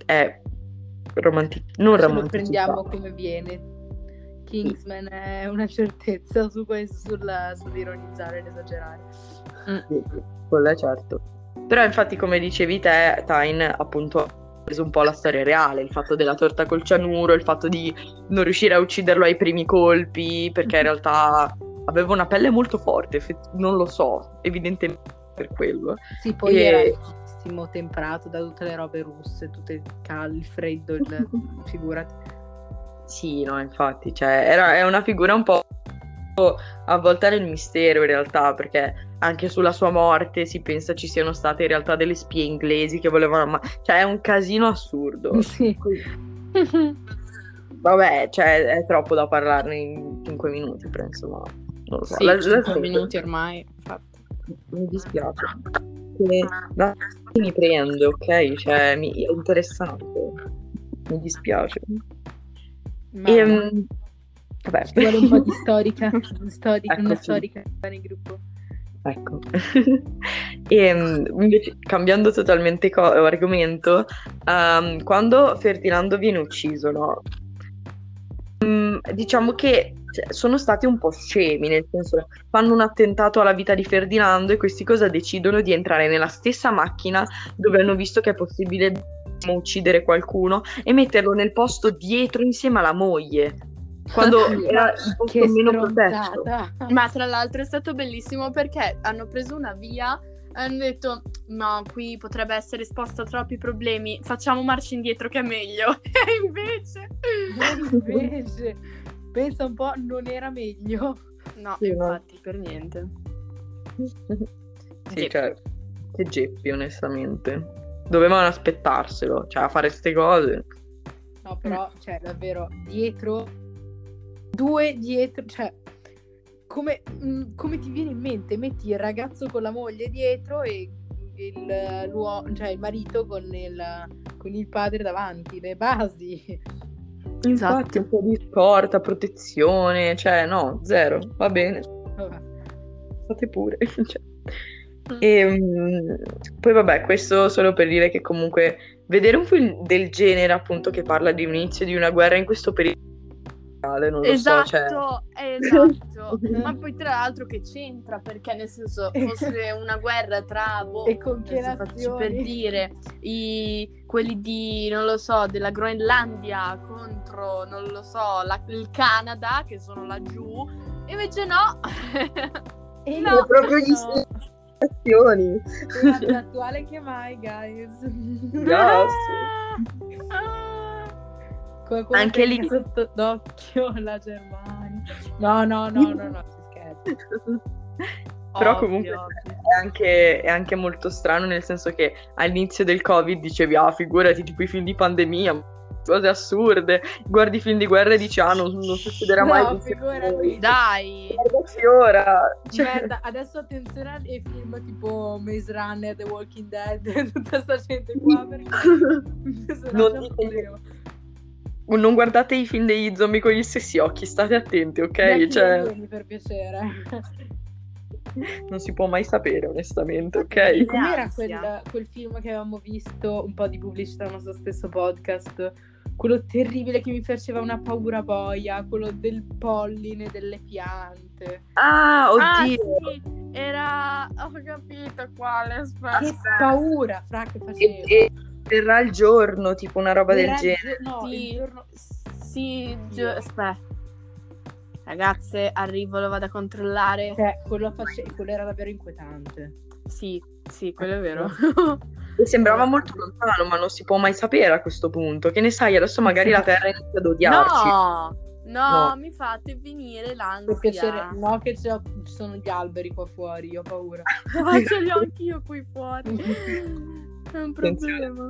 è romantic- non Ce lo romanticità. prendiamo come viene. Kingsman è una certezza su questo, sulla, sull'ironizzare ed esagerare. Sì, quello è certo. Però infatti, come dicevi te, Tyne appunto ha preso un po' la storia reale, il fatto della torta col cianuro, il fatto di non riuscire a ucciderlo ai primi colpi, perché in realtà aveva una pelle molto forte, eff- non lo so, evidentemente per quello. Sì, poi E- era altissimo, temperato da tutte le robe russe, tutte il cal, il freddo, il... figurati. Sì, no, infatti, cioè, era, è una figura un po' avvolta nel mistero in realtà, perché anche sulla sua morte si pensa ci siano state in realtà delle spie inglesi che volevano, ma cioè è un casino assurdo. Sì. Vabbè, cioè è troppo da parlarne in cinque minuti, però insomma, non lo so. Sì, La- la- cinque minuti ormai. Infatti. Mi dispiace. Che la- mi prende, ok? Cioè, mi- è interessante. Mi dispiace. Ma Ehm, vabbè. ci vuole un po' di storica, storica una Eccoci. storica nel gruppo. Ecco. E invece, cambiando totalmente co- argomento, ehm, quando Ferdinando viene ucciso, no? Mm, diciamo che cioè, sono stati un po' scemi, nel senso, fanno un attentato alla vita di Ferdinando e questi cosa decidono di entrare nella stessa macchina dove hanno visto che è possibile uccidere qualcuno e metterlo nel posto dietro insieme alla moglie, quando era il posto Che meno protetto. stronzata. Ma tra l'altro è stato bellissimo perché hanno preso una via e hanno detto no, qui potrebbe essere esposto a troppi problemi, facciamo marcia indietro che è meglio. E invece Invece, pensa un po', non era meglio. no, Sì, no. infatti per niente. Sì, Geppi. cioè, che geppi, onestamente. Dovevano aspettarselo, cioè, a fare ste cose. No, però, cioè, davvero, dietro, due dietro, cioè, come, mh, come ti viene in mente? Metti il ragazzo con la moglie dietro e il, l'uomo, cioè il marito con il, con il padre davanti, le basi. Infatti, un po' di scorta, protezione, cioè, no, zero, va bene, Vabbè. fate pure. Cioè. E, mm, poi vabbè, questo solo per dire che comunque vedere un film del genere, appunto, che parla di un inizio di una guerra in questo periodo, non lo Esatto, so, cioè... esatto. Ma poi tra l'altro che c'entra? Perché nel senso fosse una guerra tra boh, E con che adesso facci nazioni? per dire i, quelli di non lo so della Groenlandia contro non lo so la- il Canada che sono laggiù, invece no. E No, proprio gli no. azioni. Era più attuale che mai, guys. Yes. Ah. Qualcuno Anche tenga lì. sotto d'occhio la Germania. No, no, no, no, no, si scherza. Però Ovvio, comunque ovvio. è anche, è anche molto strano, nel senso che all'inizio del Covid dicevi, ah, figurati, tipo i film di pandemia, cose assurde, guardi i film di guerra e dici, ah, non, non succederà mai. No, queste figurati. cose. Dai. Guardaci ora. Cioè, Guarda, adesso attenzione ai film tipo Maze Runner, The Walking Dead, tutta sta gente qua perché se no Non c'è un dite- problema. non guardate i film degli zombie con gli stessi occhi, state attenti, ok? Neanche Cioè, gli alieni, per piacere. non si può mai sapere, onestamente, ok? Che Com'era ansia. quel, quel film che avevamo visto, un po' di pubblicità al nostro stesso podcast? Quello terribile che mi faceva una paura boia, quello del polline, delle piante. Ah, Ah, oddio. sì, era ho capito quale, aspetta. Che paura, fra, che E, faceva. e verrà il giorno, tipo una roba Era del il genere. gio- no, Sì. il giorno... Sì, gi- aspetta. Ragazze, arrivo, lo vado a controllare. Cioè, quello, face... quello era davvero inquietante. Sì, sì, quello è vero. E sembrava molto lontano, ma non si può mai sapere a questo punto. Che ne sai, adesso magari la Terra inizia ad odiarci. No, no, No. mi fate venire Per piacere, l'ansia. no, che c'è- ci sono gli alberi qua fuori, io ho paura. Ah, ce li ho anch'io qui fuori. È un problema.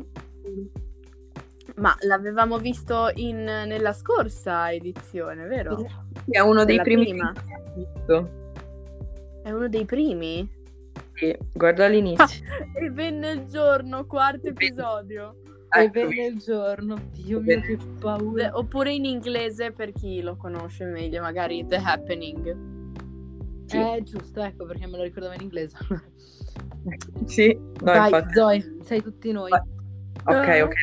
Ma l'avevamo visto in, nella scorsa edizione, vero? È uno dei Della primi prima. film che ho visto. È uno dei primi. Sì, guarda all'inizio. E venne il giorno, quarto episodio. E Ecco, venne il giorno, Dio mio, che paura. Eh, Oppure in inglese per chi lo conosce meglio, magari The Happening. sì. Eh, giusto, ecco perché me lo ricordavo in inglese. Sì, no, Vai, infatti. Zoe, sei tutti noi. Vai. Ok, Ah. ok.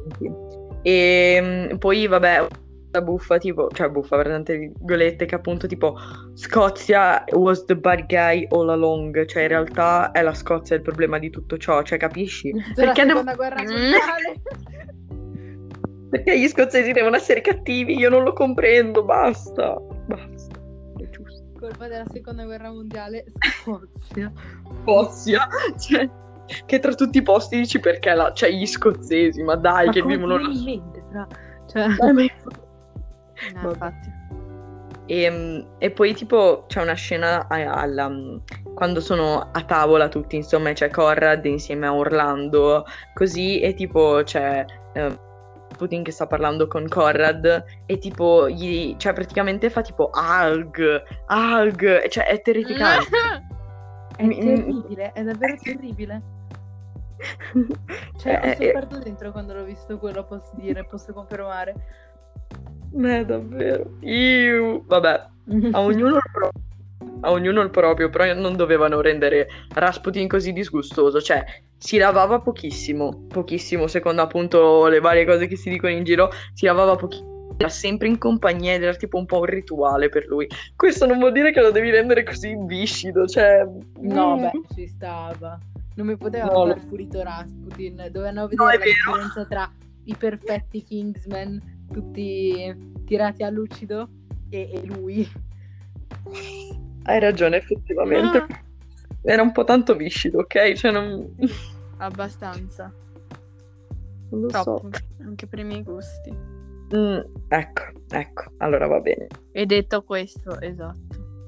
avanti. E mm, poi, vabbè, la buffa, tipo, cioè buffa, per tante virgolette, che appunto tipo Scozia was the bad guy all along, cioè in realtà è la Scozia il problema di tutto ciò, cioè capisci? Di tutta la Perché, devo- seconda guerra mondiale. perché gli scozzesi devono essere cattivi? Io non lo comprendo, basta, basta, è giusto. Colpa della seconda guerra mondiale, Scozia. Scozia, cioè, che tra tutti i posti dici perché la, cioè gli scozzesi, ma dai, Ma che come vivono ti là. viene in mente, fra? Cioè, Eh, ma- No, Vabbè. infatti. E, e poi tipo c'è una scena a- alla, quando sono a tavola tutti, insomma, e c'è Conrad insieme a Orlando, così, e tipo c'è eh, Putin che sta parlando con Conrad e tipo gli, cioè praticamente fa tipo Alg, Alg, cioè è terrificante. è Mi- mi- terribile, è davvero terribile. Cioè, ho Eh, eh, sofferto dentro quando l'ho visto quello, posso dire, posso confermare. eh, davvero. Iu. Vabbè, a ognuno il proprio. A ognuno il proprio, però non dovevano rendere Rasputin così disgustoso, cioè si lavava pochissimo, pochissimo, secondo appunto le varie cose che si dicono in giro, si lavava pochissimo, era sempre in compagnia ed era tipo un po' un rituale per lui. Questo non vuol dire che lo devi rendere così viscido, cioè... No, mm. beh, ci stava. Non mi poteva No, aver lo- pulito Rasputin. Dovevano No, vedere è la vero. differenza tra i perfetti Kingsmen, tutti tirati a lucido, e, e lui. Hai ragione, effettivamente. Ah, Era un po' tanto viscido, ok? Cioè non, abbastanza. non lo so. Troppo. Anche per i miei gusti. Mm, ecco, ecco, allora va bene. E detto questo, esatto.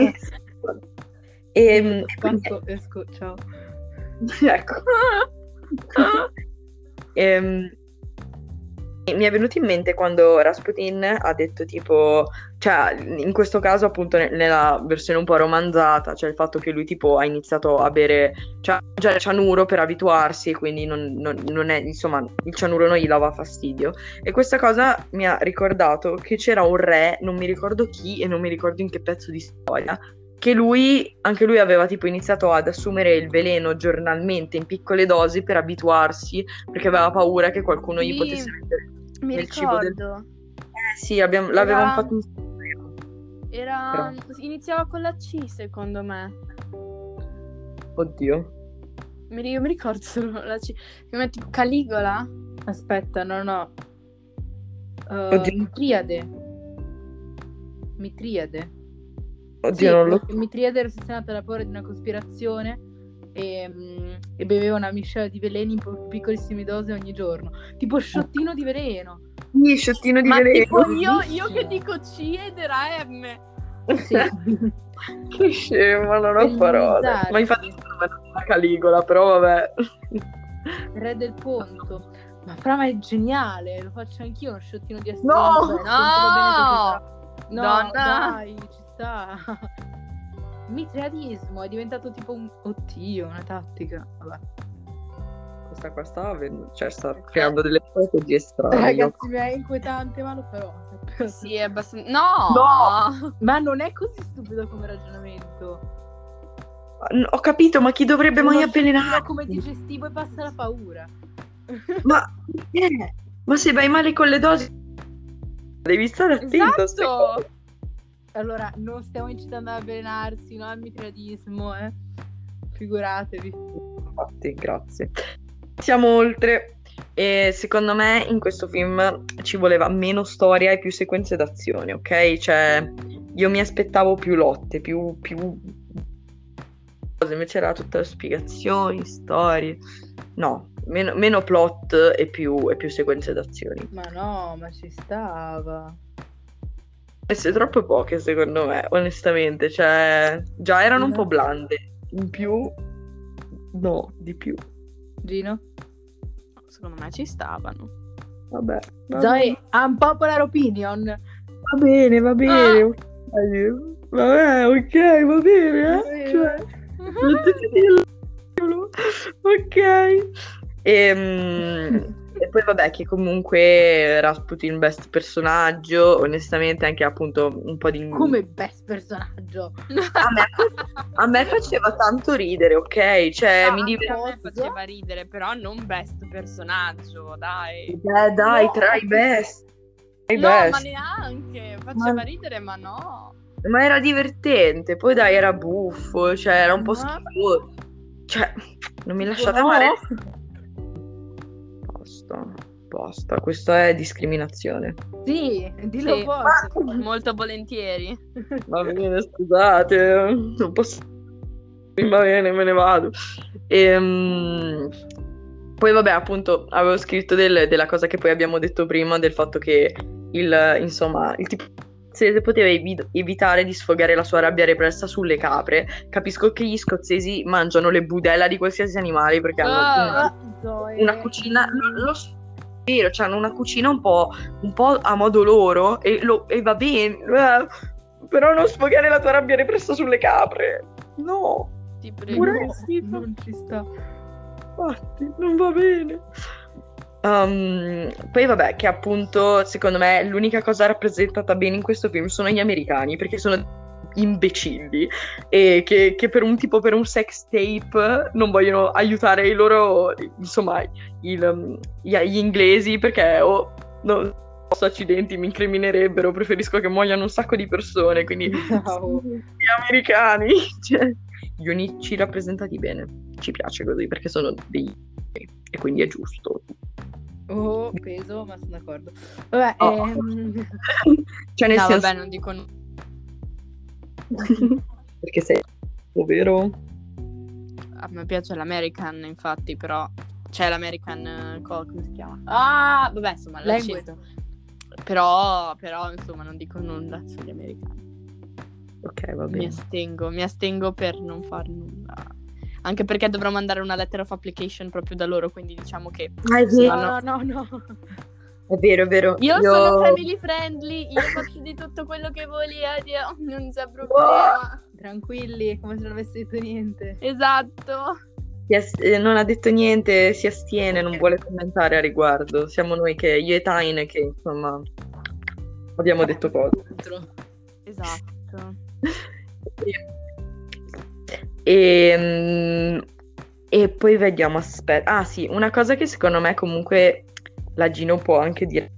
E, quindi- Spacco, esco, ciao. ecco. Ehm, mi è venuto in mente quando Rasputin ha detto tipo, cioè in questo caso appunto ne- nella versione un po' romanzata, cioè il fatto che lui tipo ha iniziato a bere, cioè già il cianuro per abituarsi, quindi non, non- non è, insomma, il cianuro non gli dava fastidio. E questa cosa mi ha ricordato che c'era un re, non mi ricordo chi e non mi ricordo in che pezzo di storia, che lui, anche lui aveva tipo iniziato ad assumere il veleno giornalmente in piccole dosi per abituarsi, perché aveva paura che qualcuno gli Sì, potesse mettere Mi nel cibo del... ricordo. Eh sì, abbiamo- l'avevamo Era- fatto insieme. Era... Iniziava con la C, secondo me. Oddio. Mi, ri- io mi ricordo solo la C. Come tipo Caligola? Aspetta, no, no. Uh, Oddio. Mitriade. Mitriade. Oddio, Sì, non lo... perché Mitriade era ossessionata dalla paura di una cospirazione e, mm, e beveva una miscela di veleni in po- piccolissime dosi ogni giorno. Tipo sciottino di veleno. Sì, sciottino di Ma veleno. tipo io, io Bellissimo. che dico C ed era M. Sì. Che scema, non ho Per parole. immunizzare, Ma infatti sì. secondo me non è una Caligola, però vabbè. Re del Ponto. Ma fra me è geniale, lo faccio anch'io uno sciottino di No! assunto. No! No, Donna! dai, ci sta. Mitriadismo è diventato tipo un oddio, una tattica. Vabbè. Questa qua sta, avendo- cioè, sta creando delle strategie strane. Ragazzi, mi è inquietante, ma lo farò. Sì, è abbastanza... No! No! Ma non è così stupido come ragionamento. Io- Ho capito, ma chi dovrebbe mai Uno sciottino avvelenare? come digestivo e passa la paura. Ma, eh, ma se vai male con le dosi, devi stare attento a queste Esatto! cose. Allora, non stiamo incitando ad avvelenarsi, no al mitriadismo, eh. Figuratevi. Infatti, grazie. Siamo oltre. E secondo me in questo film ci voleva meno storia e più sequenze d'azione, ok? Cioè, io mi aspettavo più lotte, più, più cose, invece era tutta spiegazioni, storie. No, meno, meno plot e più, e più sequenze d'azioni. Ma no, ma ci stava. Queste troppo poche, secondo me, onestamente. Cioè, già erano un po' blande. In più, no, di più. Gino? Secondo me ci stavano. Vabbè. va Zoe, unpopular opinion. Va bene, va bene. ok. Vabbè, ok, va bene. Eh? Cioè, mettiti il- ok. Ehm, E poi vabbè che comunque Rasputin best personaggio, onestamente anche appunto un po' di... Come best personaggio? A me, a me faceva tanto ridere, ok? Cioè No, mi anche divertiva. a me faceva ridere, però non best personaggio, dai. Beh dai, No. tra i best. Tra i No, best. ma neanche, faceva Ma- ridere, ma no. Ma era divertente, poi dai era buffo, cioè era un po' Ma- schifoso. Cioè, non mi lasciate No. amare. Basta, basta, questa è discriminazione. Sì, dillo Sì. forte. Molto volentieri. Va bene, scusate, non posso... Va bene, me ne vado. Ehm, Poi vabbè, appunto, avevo scritto del- della cosa che poi abbiamo detto prima, del fatto che il, insomma, il tipo se poteva evi- evitare di sfogare la sua rabbia repressa sulle capre. Capisco che gli scozzesi mangiano le budella di qualsiasi animale perché hanno una, Ah, Zoe. una cucina, lo, lo so, è vero, cioè hanno una cucina un po', un po' a modo loro e, lo- e va bene, eh, però non sfogare la tua rabbia repressa sulle capre. No, ti No, prego. Pure- schifo. non ci sta. infatti, non va bene. Um, poi vabbè, che appunto secondo me l'unica cosa rappresentata bene in questo film sono gli americani, perché sono imbecilli e che, che per un tipo per un sex tape non vogliono aiutare i loro, insomma, il, um, gli, gli inglesi perché o non so, accidenti mi incriminerebbero, preferisco che muoiano un sacco di persone, quindi Wow. gli americani, cioè, gli unici rappresentati bene, ci piace così perché sono dei e quindi è giusto. Oh, peso, ma sono d'accordo. Vabbè, Oh. ehm, Cioè nel No, senso vabbè, non dico no. perché sei vero? A me piace l'American, infatti, però c'è l'American eh, co- come si chiama? Ah, vabbè, insomma, Language. l'accento. Però, però, insomma, non dico nulla sugli americani. Ok, va Mi bene. astengo, mi astengo per non far nulla. Anche perché dovrò mandare una letter of application proprio da loro, quindi diciamo che Ah, è vero, no, no, no, no. è vero, è vero. io sono family friendly, io faccio di tutto quello che volete, non c'è problema. Tranquilli, come se non avessi detto niente. Esatto. Si as- eh, non ha detto niente, si astiene, non vuole commentare a riguardo. Siamo noi che, io e Taine, che insomma abbiamo detto cose. Esatto. E, mm, e poi vediamo, aspetta. Ah sì, una cosa che secondo me comunque la Gino può anche dire,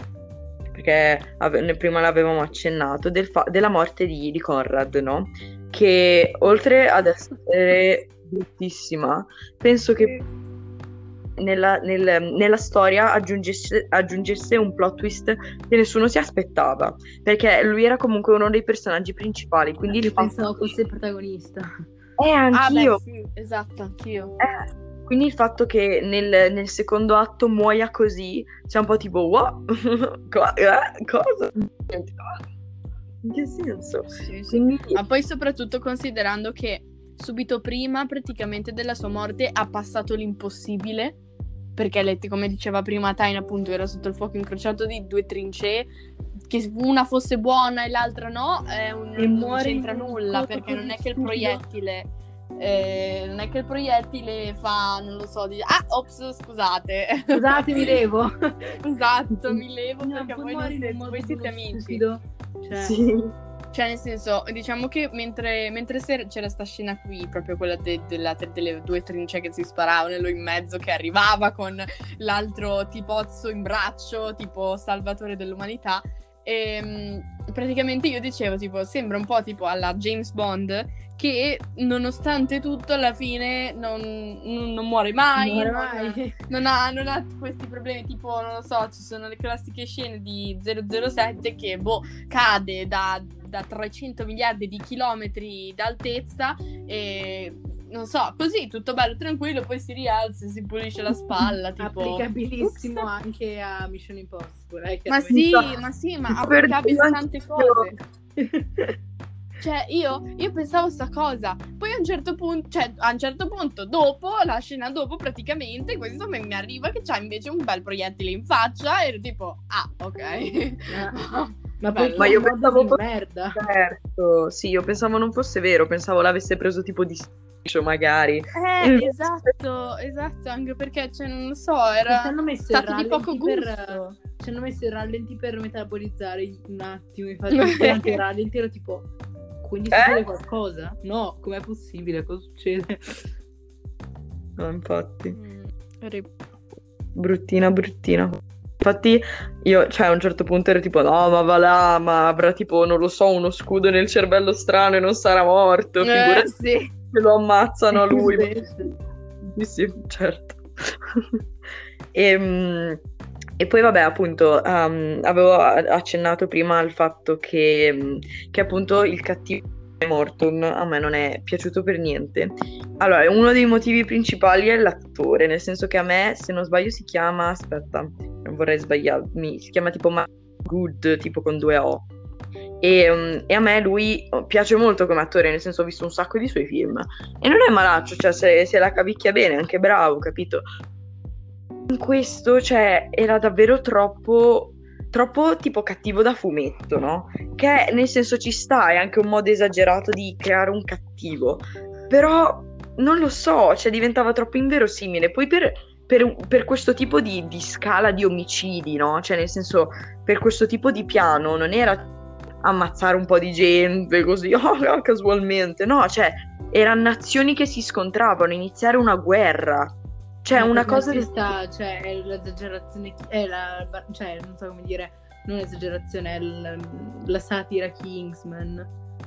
perché ave- ne- prima l'avevamo accennato, del fa- della morte di, di Conrad, no? Che oltre ad essere bruttissima, penso che nella, nel- nella storia aggiungesse, aggiungesse un plot twist che nessuno si aspettava, perché lui era comunque uno dei personaggi principali, quindi il Io fatto pensavo fosse il protagonista. Eh, Ah, anch'io. beh, sì, esatto, anch'io. Eh, quindi il fatto che nel, nel secondo atto muoia così, c'è un po' tipo, what? Co- eh? Cosa? In che senso? Sì, sì. Quindi, Ma poi soprattutto considerando che subito prima praticamente della sua morte ha passato l'impossibile, perché lei, come diceva prima Tain, appunto era sotto il fuoco incrociato di due trincee, che una fosse buona e l'altra no, è un, E non muore c'entra in un nulla, coso perché non così è che il stupido. proiettile eh, non è che il proiettile fa, non lo so, dice, ah, ops, scusate. Scusate, mi levo. Esatto, mi levo No, perché poi voi, non muore in un siete, modo voi siete proprio amici. stupido. Cioè, sì. Cioè, nel senso, diciamo che mentre, mentre se- c'era sta scena qui, proprio quella de- della- delle due trincee che si sparavano e lui in mezzo che arrivava con l'altro tipozzo in braccio, tipo salvatore dell'umanità, e praticamente io dicevo, tipo, sembra un po' tipo alla James Bond, che nonostante tutto alla fine non, non- non muore mai, non muore non- mai. non ha, non ha questi problemi, tipo, non lo so, ci sono le classiche scene di zero zero sette che, boh, cade da, da trecento miliardi di chilometri d'altezza e, non so, così, tutto bello, tranquillo, poi si rialza e si pulisce la spalla, tipo... Applicabilissimo anche a Mission Impossible. eh, Ma chiaramente. sì, ma sì, ma Per applicabile a Dio, tante anch'io. cose. Cioè, io, io pensavo sta cosa. Poi a un certo punto, cioè, a un certo punto, dopo, la scena dopo, praticamente, questo mi mi arriva che c'ha invece un bel proiettile in faccia e ero tipo, ah, ok. Ma poi Bello. Ma io che modo pensavo di fosse merda. certo, sì, io pensavo non fosse vero, pensavo l'avesse preso tipo di striscio magari. E Eh, invece- esatto, esatto, anche perché, cioè, non lo so, Che era ci hanno messo il stato di poco rallenti gusto. per ci hanno messo il rallenti per metabolizzare un attimo. Infatti durante il rallenti ero tipo, quindi Eh? succede qualcosa? No, com'è possibile? Cosa succede? No, infatti, Mm, rip. bruttina, bruttina. Infatti io, cioè, a un certo punto ero tipo, no, ma va là, ma avrà tipo, non lo so, uno scudo nel cervello strano e non sarà morto, Eh, figurati sì. che lo ammazzano a lui. Invece. Sì, sì, certo. E, mm, e poi vabbè, appunto, um, avevo a- accennato prima al fatto che, mm, che appunto il cattivo Morton a me non è piaciuto per niente. Allora, uno dei motivi principali è l'attore, nel senso che a me, se non sbaglio, si chiama, aspetta, non vorrei sbagliarmi, si chiama tipo Matt Good, tipo con due O. E, mm, e a me lui piace molto come attore, nel senso ho visto un sacco di suoi film. E non è malaccio, cioè se, se la cavicchia bene, è anche bravo, capito? In questo, cioè, era davvero troppo, troppo tipo cattivo da fumetto, no? Che nel senso ci sta, è anche un modo esagerato di creare un cattivo. Però, non lo so, cioè diventava troppo inverosimile. Poi per, per, per questo tipo di, di scala di omicidi, no? Cioè nel senso, per questo tipo di piano, non era ammazzare un po' di gente così, oh, casualmente, no? Cioè, erano nazioni che si scontravano, iniziare una guerra. Cioè, Ma una per me cosa ci di... sta, cioè è l'esagerazione, è la, cioè non so come dire, non esagerazione, è l- la satira Kingsman.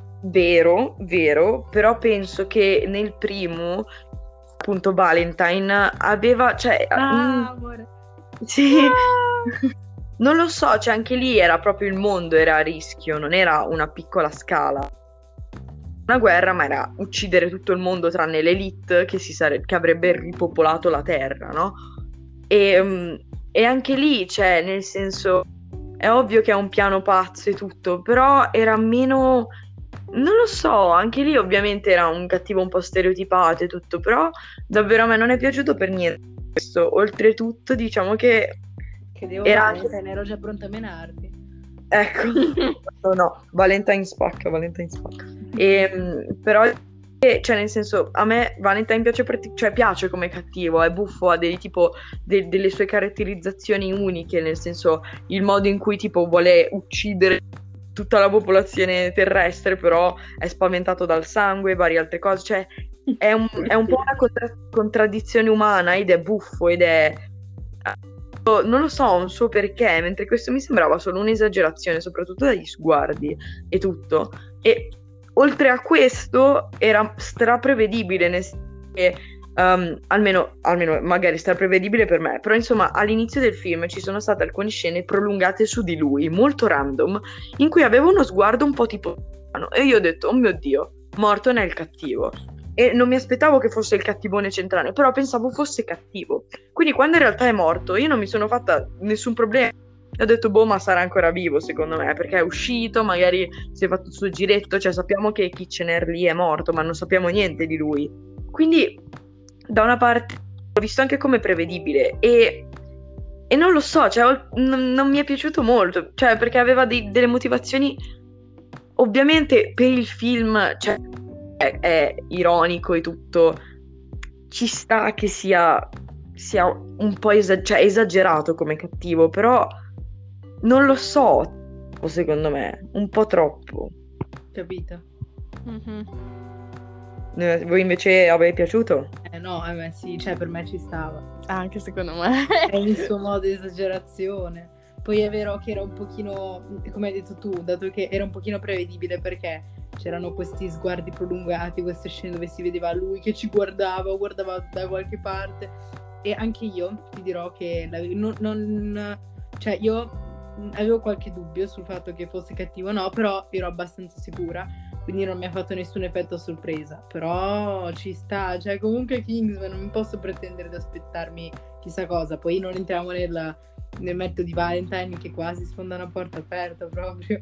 Vero, vero, però penso che nel primo, appunto, Valentine aveva, cioè, Ah, mm, amore. sì, Ah! non lo so, cioè anche lì era proprio il mondo, era a rischio, non era una piccola scala. Una guerra, ma era uccidere tutto il mondo tranne l'elite che, si sare- che avrebbe ripopolato la terra, no? E, mm, e anche lì, cioè, nel senso, è ovvio che è un piano pazzo e tutto, però era meno... Non lo so, anche lì ovviamente era un cattivo un po' stereotipato e tutto, però davvero a me non è piaciuto per niente questo. Oltretutto, diciamo che Che devo era fare, anche... te ne ero già pronta a menarti. Ecco, no, no, Valentine spacca, Valentine spacca. E, mm, però, eh, cioè, nel senso, a me Valentine piace, parti- cioè, piace come cattivo, è buffo, ha dei, tipo, de- delle sue caratterizzazioni uniche, nel senso, il modo in cui, tipo, vuole uccidere tutta la popolazione terrestre, però è spaventato dal sangue e varie altre cose, cioè, è un, è un po' una contra- contraddizione umana ed è buffo ed è... Non lo so, un suo perché, mentre questo mi sembrava solo un'esagerazione, soprattutto dagli sguardi e tutto. E oltre a questo era straprevedibile, nel senso che, um, almeno, almeno magari straprevedibile per me, però insomma all'inizio del film ci sono state alcune scene prolungate su di lui, molto random, in cui aveva uno sguardo un po' tipo... E io ho detto, oh mio Dio, Morton è il cattivo. E non mi aspettavo che fosse il cattivone centrale, però pensavo fosse cattivo. Quindi quando in realtà è morto, io non mi sono fatta nessun problema. E ho detto, boh, ma sarà ancora vivo, secondo me, perché è uscito, magari si è fatto il suo giretto, cioè sappiamo che Kitchener lì è morto, ma non sappiamo niente di lui. Quindi, da una parte, l'ho visto anche come prevedibile e, e non lo so, cioè, ho- non, non mi è piaciuto molto, cioè, perché aveva dei- delle motivazioni, ovviamente, per il film, cioè, è, è ironico e tutto, ci sta che sia, sia un po' esa- cioè, esagerato come cattivo, però non lo so, secondo me, un po' troppo. Capito? Mhm. Eh, Voi invece avete piaciuto? Eh no, a me sì, cioè per me ci stava. Anche secondo me. È il suo modo di esagerazione. Poi è vero che era un pochino, come hai detto tu, dato che era un pochino prevedibile perché c'erano questi sguardi prolungati, queste scene dove si vedeva lui che ci guardava o guardava da qualche parte. E anche io ti dirò che la- non, non- cioè io mh, avevo qualche dubbio sul fatto che fosse cattivo o no, però ero abbastanza sicura, quindi non mi ha fatto nessun effetto a sorpresa. Però ci sta, cioè comunque Kingsman non posso pretendere di aspettarmi chissà cosa. Poi non entriamo nel, nel metodo di Valentine che quasi sfonda una porta aperta proprio.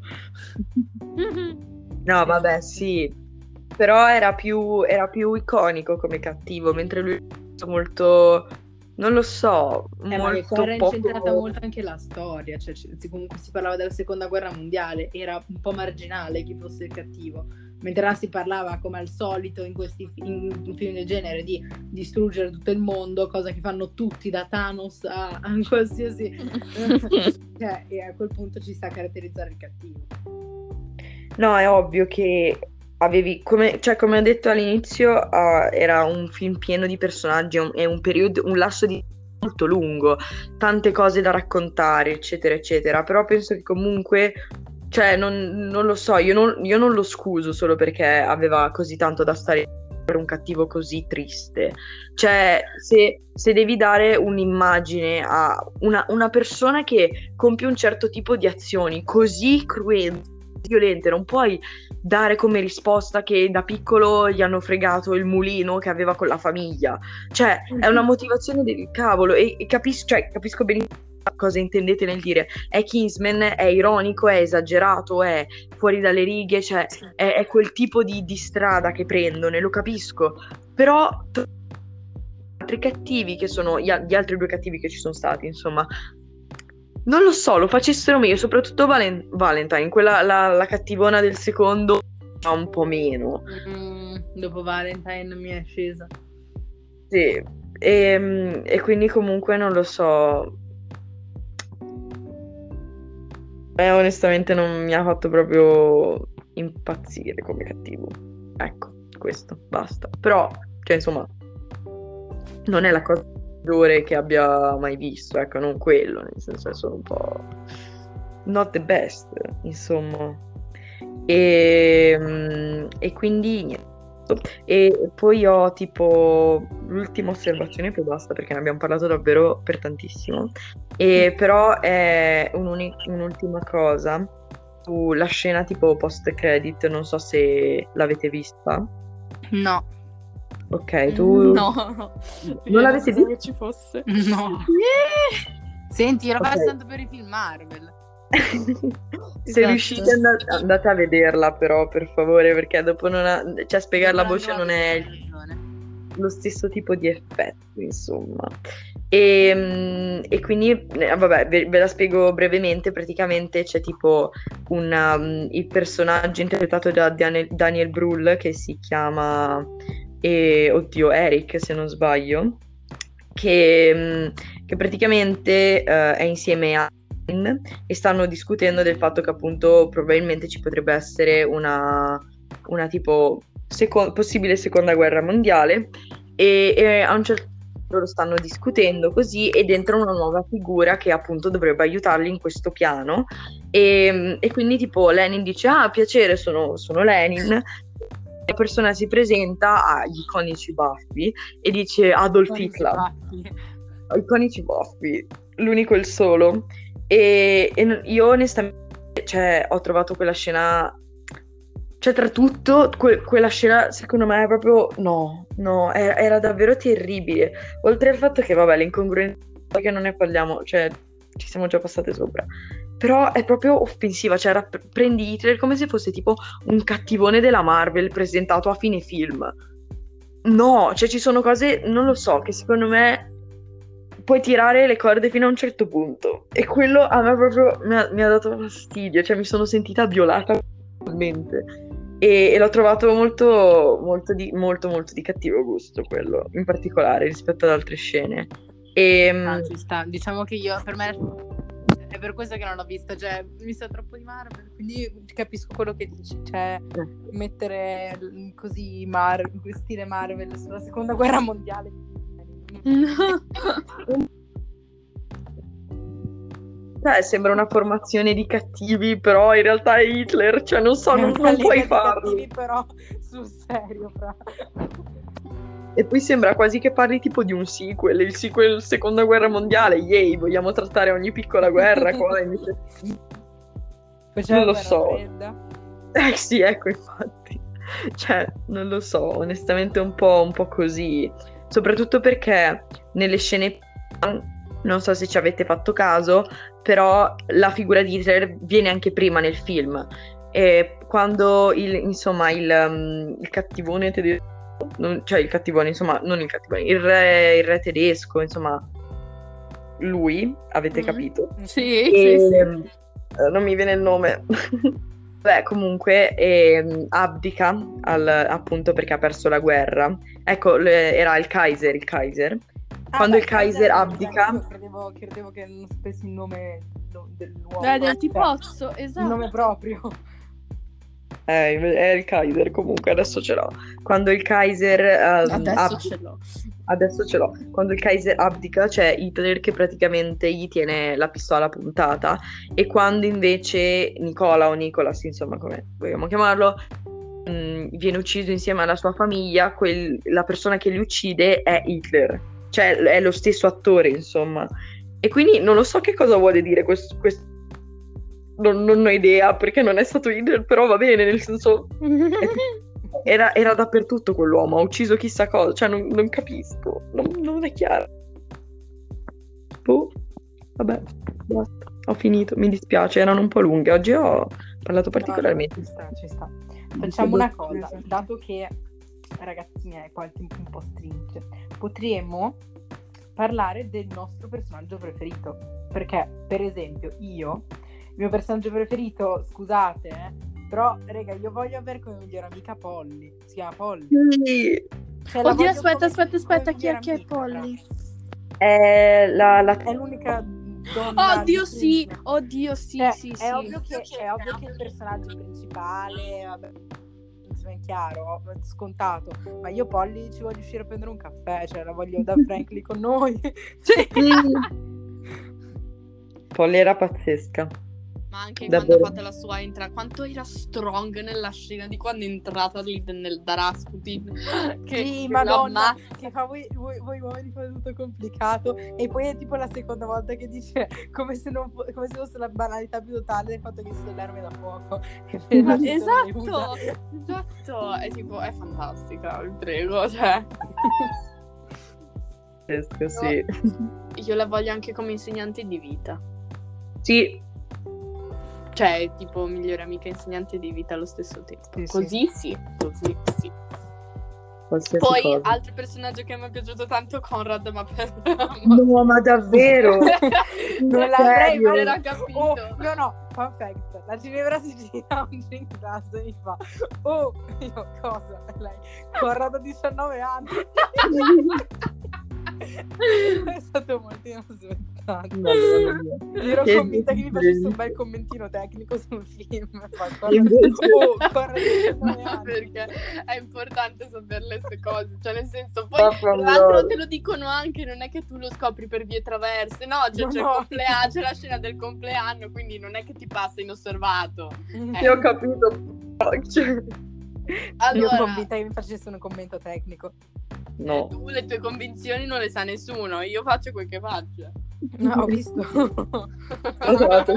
No, vabbè, sì, però era più, era più iconico come cattivo, mentre lui è molto, non lo so, Eh, ma che qua molto era incentrata poco... molto anche la storia, cioè c- si- comunque si parlava della seconda guerra mondiale, era un po' marginale chi fosse il cattivo, mentre là si parlava come al solito in questi fi- in, in film del genere di distruggere tutto il mondo, cosa che fanno tutti da Thanos a, a qualsiasi... cioè, e a quel punto ci sta a caratterizzare il cattivo. No, è ovvio che avevi, come, cioè, come ho detto all'inizio, uh, era un film pieno di personaggi, è un, è un periodo, un lasso di molto lungo, tante cose da raccontare, eccetera, eccetera. Però penso che comunque, cioè, non, non lo so, io non, io non lo scuso solo perché aveva così tanto da stare per un cattivo così triste. Cioè, se, se devi dare un'immagine a una, una persona che compie un certo tipo di azioni così cruenti, violente, non puoi dare come risposta che da piccolo gli hanno fregato il mulino che aveva con la famiglia. Cioè, è una motivazione del cavolo e, e capis- cioè, capisco benissimo cosa intendete nel dire è Kingsman, è ironico, è esagerato, è fuori dalle righe, cioè è, è quel tipo di, di strada che prendono e lo capisco, però t- altri cattivi che sono gli, gli altri due cattivi che ci sono stati, insomma, non lo so, lo facessero meglio, soprattutto Valen- Valentine, quella la, la cattivona del secondo fa un po' meno. Mm, dopo Valentine mi è scesa. Sì, e, e quindi comunque non lo so. Eh, onestamente non mi ha fatto proprio impazzire come cattivo. Ecco, questo, basta. Però, cioè, insomma, non è la cosa peggiore che abbia mai visto, ecco, non quello, nel senso è solo un po' not the best, insomma. E, mm, e quindi niente. E poi ho tipo l'ultima osservazione, poi basta perché ne abbiamo parlato davvero per tantissimo. E però è un'uni- un'ultima cosa sulla scena tipo post credit, non so se l'avete vista. No, Ok, tu No, non io non l'avete sapevo vista? che ci fosse. no. Senti, io lo Ok. faccio tanto per i film Marvel. Se Esatto. riuscite and- andate a vederla però per favore perché dopo non ha... cioè spiegare la Dopo voce l'andrò non a è vedere, hai ragione. lo stesso tipo di effetto, insomma. E, mm, e quindi, eh, vabbè, ve, ve la spiego brevemente. Praticamente c'è tipo un, um, il personaggio interpretato da Daniel, Daniel Brühl che si chiama, eh, oddio, Eric, se non sbaglio, che, mm, che praticamente eh, è insieme a Ayn e stanno discutendo del fatto che appunto probabilmente ci potrebbe essere una, una tipo seco- possibile seconda guerra mondiale e, e a un certo punto lo stanno discutendo così ed entra una nuova figura che appunto dovrebbe aiutarli in questo piano e, e quindi tipo Lenin dice ah piacere sono, sono Lenin, la persona si presenta agli iconici baffi e dice Adolf Con i Hitler, sbatti. iconici baffi, l'unico e il solo e, e n- io onestamente cioè, ho trovato quella scena, cioè tra tutto que- quella scena secondo me è proprio no, no, era, era davvero terribile, oltre al fatto che vabbè l'incongruenza che non ne parliamo, cioè ci siamo già passate sopra, però è proprio offensiva, cioè rapp- prendi Hitler come se fosse tipo un cattivone della Marvel presentato a fine film. No, cioè ci sono cose, non lo so, che secondo me puoi tirare le corde fino a un certo punto e quello a me proprio mi ha, mi ha dato fastidio, cioè mi sono sentita violata totalmente e, e l'ho trovato molto molto di, molto molto di cattivo gusto quello, in particolare rispetto ad altre scene. E, Ah, ci sta. Diciamo che io, per me, è per questo che non l'ho vista, cioè, mi sa troppo di Marvel, quindi capisco quello che dici, cioè, mettere l- così Mar- stile Marvel sulla seconda guerra mondiale. cioè, sembra una formazione di cattivi, però in realtà è Hitler, cioè non so, È non, una non lega puoi di farlo. cattivi, però sul serio, fra. E poi sembra quasi che parli tipo di un sequel, il sequel seconda guerra mondiale, yay, vogliamo trattare ogni piccola guerra qua. invece- Faceva Non lo guerra so. fredda. Eh sì, ecco, infatti. Cioè, non lo so, onestamente un po', un po' così. Soprattutto perché nelle scene, non so se ci avete fatto caso, però la figura di Hitler viene anche prima nel film. E quando il, insomma, il, um, il cattivone tedesco non- cioè il cattivone, insomma, non il cattivone, il re, il re tedesco, insomma, lui, avete Mm. capito? Sì, E, sì, sì. ehm, eh, non mi viene il nome. Beh, comunque ehm, abdica al- appunto perché ha perso la guerra. Ecco, le- era il Kaiser, il Kaiser. Ah, Quando beh, il Kaiser Kaiser, abdica, anch'io credevo, credevo che non sapessi il nome do- dell'uomo. Eh, del Cioè, tipozzo, il esatto. nome proprio. eh, è il Kaiser comunque, adesso ce l'ho. Quando il Kaiser ehm, Adesso abdica, ce l'ho. adesso ce l'ho. Quando il Kaiser abdica, c'è Hitler che praticamente gli tiene la pistola puntata, e quando invece Nicola o Nicolas, insomma, come vogliamo chiamarlo, mh, viene ucciso insieme alla sua famiglia, quel- la persona che li uccide è Hitler, cioè è lo stesso attore, insomma. E quindi non lo so che cosa vuole dire questo, questo- Non, non ho idea perché non è stato Hitler, però va bene, nel senso è- era, era dappertutto quell'uomo, ha ucciso chissà cosa, cioè non, non capisco, non, non è chiaro. Boh, vabbè, basta, ho finito, mi dispiace, erano un po' lunghe, oggi ho parlato particolarmente. No, no, ci sta, ci sta. Facciamo una cosa, dato che, ragazzi miei, qua il tempo un po' stringe, potremmo parlare del nostro personaggio preferito. Perché, per esempio, io, il mio personaggio preferito, scusate, eh, però, raga, io voglio avere come migliore amica Polly. Si chiama Polly. Sì, Cioè, la Oddio, voglio aspetta, come- aspetta, aspetta, come chi è, migliore chi è amica, Polly? è la, la- È l'unica donna Oddio, di sì, Prisma. oddio, sì, Cioè, sì, è, sì. ovvio che, è ovvio che il personaggio principale, vabbè, insomma, è chiaro, è scontato, ma io Polly ci voglio uscire a prendere un caffè, cioè la voglio da Franklin con noi. Sì. Polly era pazzesca. Ma anche Davvero. quando ha fatto la sua entrata, quanto era strong nella scena di quando è entrata lì nel, da Rasputin. Che, Sì, che madonna, l'ammazza. che fa voi, voi, voi uomini fate tutto complicato, e poi è tipo la seconda volta che dice come se, non, fo- come se fosse la banalità più totale del fatto che sono le armi da fuoco. E Ma- la gente non le usa. esatto, esatto, è tipo, è fantastica, vi prego, cioè. Pazzesca, sì. Io la voglio anche come insegnante di vita. Sì, Cioè, tipo, migliore amica e insegnante di vita allo stesso tempo. Sì, sì. Così sì, così sì. qualsiasi Poi, cosa. altro personaggio che mi è piaciuto tanto, Conrad, ma per... No, ma davvero? Non l'avrei Serio? mai Era capito. Oh, no, no, fun fact. La Ginevra si gira un drink glass e mi fa: oh, io cosa? E lei, Corrado diciannove anni. È stato molto inaspettato. Madonna mia. Io ero Che convinta che mi facesse un differenza. bel commentino tecnico sul film. Fa, Invece- oh, Corrado diciannove Ma anni. perché è importante sapere le queste cose, cioè nel senso, poi Papà tra l'altro mio. te lo dicono anche, non è che tu lo scopri per vie traverse, no, cioè, No, c'è, il no. complea- c'è la scena del compleanno, quindi non è che ti passa inosservato. Sì, ho capito. Cioè, Io Allora, ero convinta che mi facesse un commento tecnico. no. tu le tue convinzioni non le sa nessuno, io faccio quel che faccio. No, ho visto. Esatto.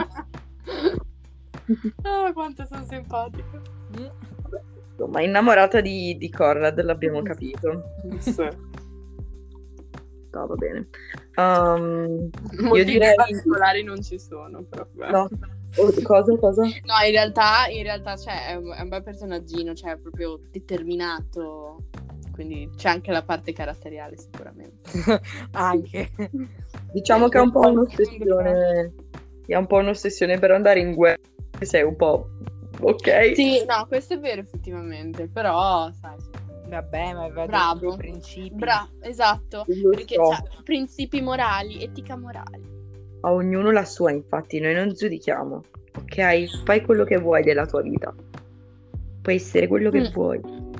Ah, quanto sono simpatica. Ma innamorata di, di Conrad, l'abbiamo capito. No, va bene. Um, Motivi direi- particolari non ci sono, però. vabbè. no. Oh, cosa, cosa? No, in realtà, in realtà cioè, è, un, è un bel personaggino, cioè è proprio determinato, quindi c'è anche la parte caratteriale sicuramente. Anche. Diciamo che è un po' un'ossessione. È un po' un'ossessione per andare in guerra. Sei un po'. Ok. Sì, no, questo è vero effettivamente, però, sai, sì. Vabbè, ma aveva Bravo. dei principi. Bra, esatto, Lo perché so. c'ha principi morali, etica morale. A ognuno la sua, infatti, noi non giudichiamo. Ok? Fai quello che vuoi della tua vita. Puoi essere quello che Mm. vuoi.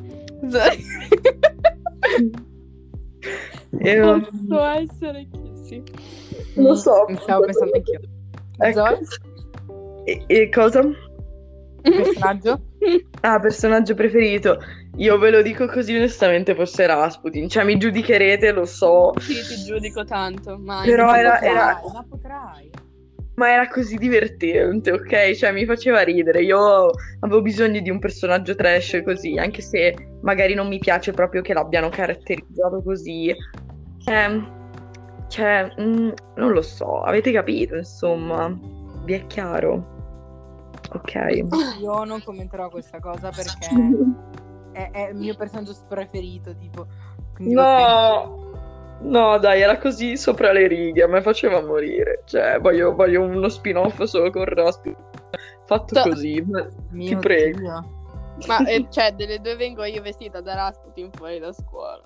E, um, Posso essere chi sì. lo so. Mi stavo pensando anch'io. Ecco. Zoe, E, e cosa? personaggio? Ah, personaggio preferito. Io ve lo dico così onestamente, forse Rasputin. Cioè, mi giudicherete, lo so. Sì, ti giudico tanto, ma Però Ma era- potrai, era- ma potrai. Ma era così divertente, ok? Cioè, mi faceva ridere. Io avevo bisogno di un personaggio trash così, anche se magari non mi piace proprio che l'abbiano caratterizzato così. Cioè, cioè, mm, non lo so, avete capito, insomma. Vi è chiaro? Ok. Io non commenterò questa cosa perché è, è il mio personaggio preferito, tipo. Quindi No, no, dai, era così sopra le righe, a me faceva morire. Cioè, voglio, voglio uno spin-off solo con Rasputin. Fatto To- così, ma Mio ti prego. Dio. Ma eh, cioè, delle due vengo io vestita da Rasputin fuori da scuola.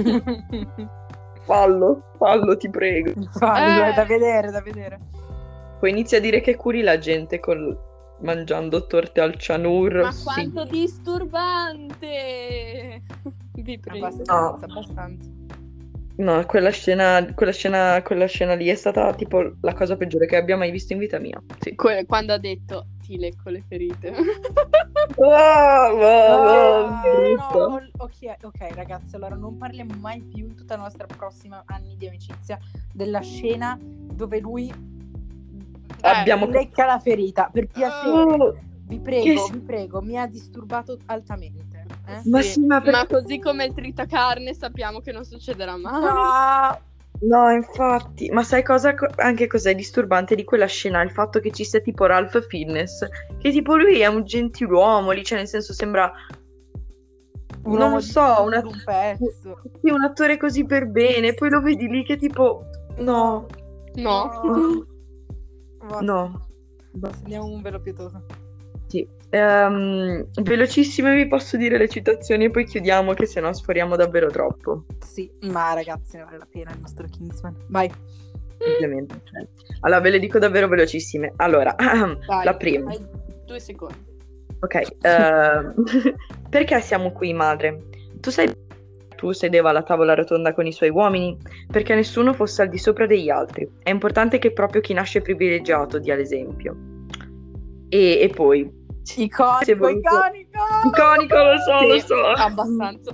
Fallo, fallo, ti prego. Fallo, Eh. è da vedere, da vedere. Poi inizia a dire che curi la gente col... mangiando torte al cianuro. Ma sì. quanto disturbante! Vi prego. Abbastanza, abbastanza. No, quella scena, quella scena, quella scena lì è stata tipo la cosa peggiore che abbia mai visto in vita mia. Sì. Que- quando ha detto ti lecco le ferite. Ah, ah, Ah, brutto. no, ok, ok, ragazzi, allora non parliamo mai più in tutta la nostra prossima anni di amicizia della scena dove lui Abbiamo lecca la ferita. Per piacere, Oh, vi prego, che- vi prego, mi ha disturbato altamente. Eh? ma Sì, sì, ma per- ma così come il tritacarne sappiamo che non succederà mai. Ah, no, infatti, ma sai cosa co- anche cos'è disturbante di quella scena? Il fatto che ci sia tipo Ralph Fiennes, che tipo lui è un gentiluomo lì, cioè nel senso sembra un non uomo lo di- so, una- un pezzo. sì, un attore così per bene, poi lo vedi lì che tipo no, No. Basta. no. Andiamo un velo pietoso. Sì. Ehm, velocissime vi posso dire le citazioni e poi chiudiamo che sennò sforiamo davvero troppo. Sì, ma ragazzi, ne vale la pena il nostro Kingsman. Vai. Ovviamente. cioè. Allora ve le dico davvero velocissime. Allora, Vai, la prima. hai due secondi. Ok, ehm, perché siamo qui, madre? Tu sai, tu sedeva alla tavola rotonda con i suoi uomini? Perché nessuno fosse al di sopra degli altri. È importante che proprio chi nasce privilegiato dia l'esempio. E, e poi, Se Iconico, voluto- iconico! iconico, lo so, lo Sì, so. abbastanza.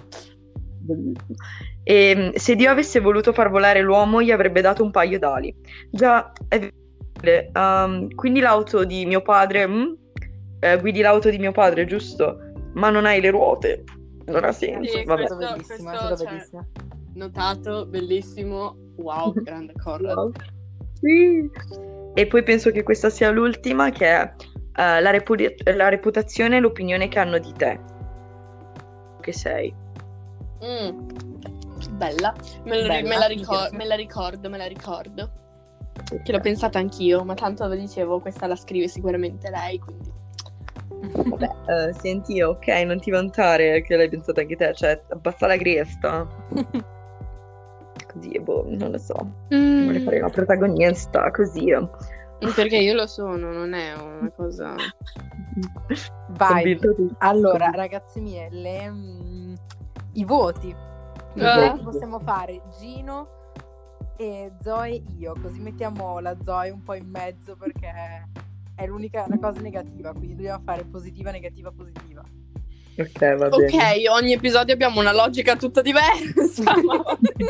E, se Dio avesse voluto far volare l'uomo, gli avrebbe dato un paio d'ali. Già, è vero. Ehm, quindi l'auto di mio padre, mm? Eh, guidi l'auto di mio padre, giusto? Ma non hai le ruote. Non ha senso. Sì, Vabbè. È stato Questo- bellissimo, è questo, stato cioè, bellissimo. Notato, bellissimo. Wow, grande Conrad. Wow. Sì. E poi penso che questa sia l'ultima, che è eh, la, repu- la reputazione e l'opinione che hanno di te. Che sei. Mm, bella. Me, lo- Bella, me la mi ricor- piace. me la ricordo, me la ricordo. Che l'ho pensata anch'io, ma tanto vi dicevo, questa la scrive sicuramente lei, quindi. Vabbè, eh, senti, ok, non ti vantare che l'hai pensata anche te, cioè, abbassa la cresta. Così, boh, non lo so. Vuole fare la protagonista, così. Perché io lo sono, non è una cosa. Vai. Convinto tu. Allora, ragazze mie, le, mm, i voti. I Ah. voti possiamo fare Gino e Zoe e io, così mettiamo la Zoe un po' in mezzo perché è l'unica una cosa negativa, quindi dobbiamo fare positiva, negativa, positiva. Ok, va Ok, bene. ogni episodio abbiamo una logica tutta diversa. ma-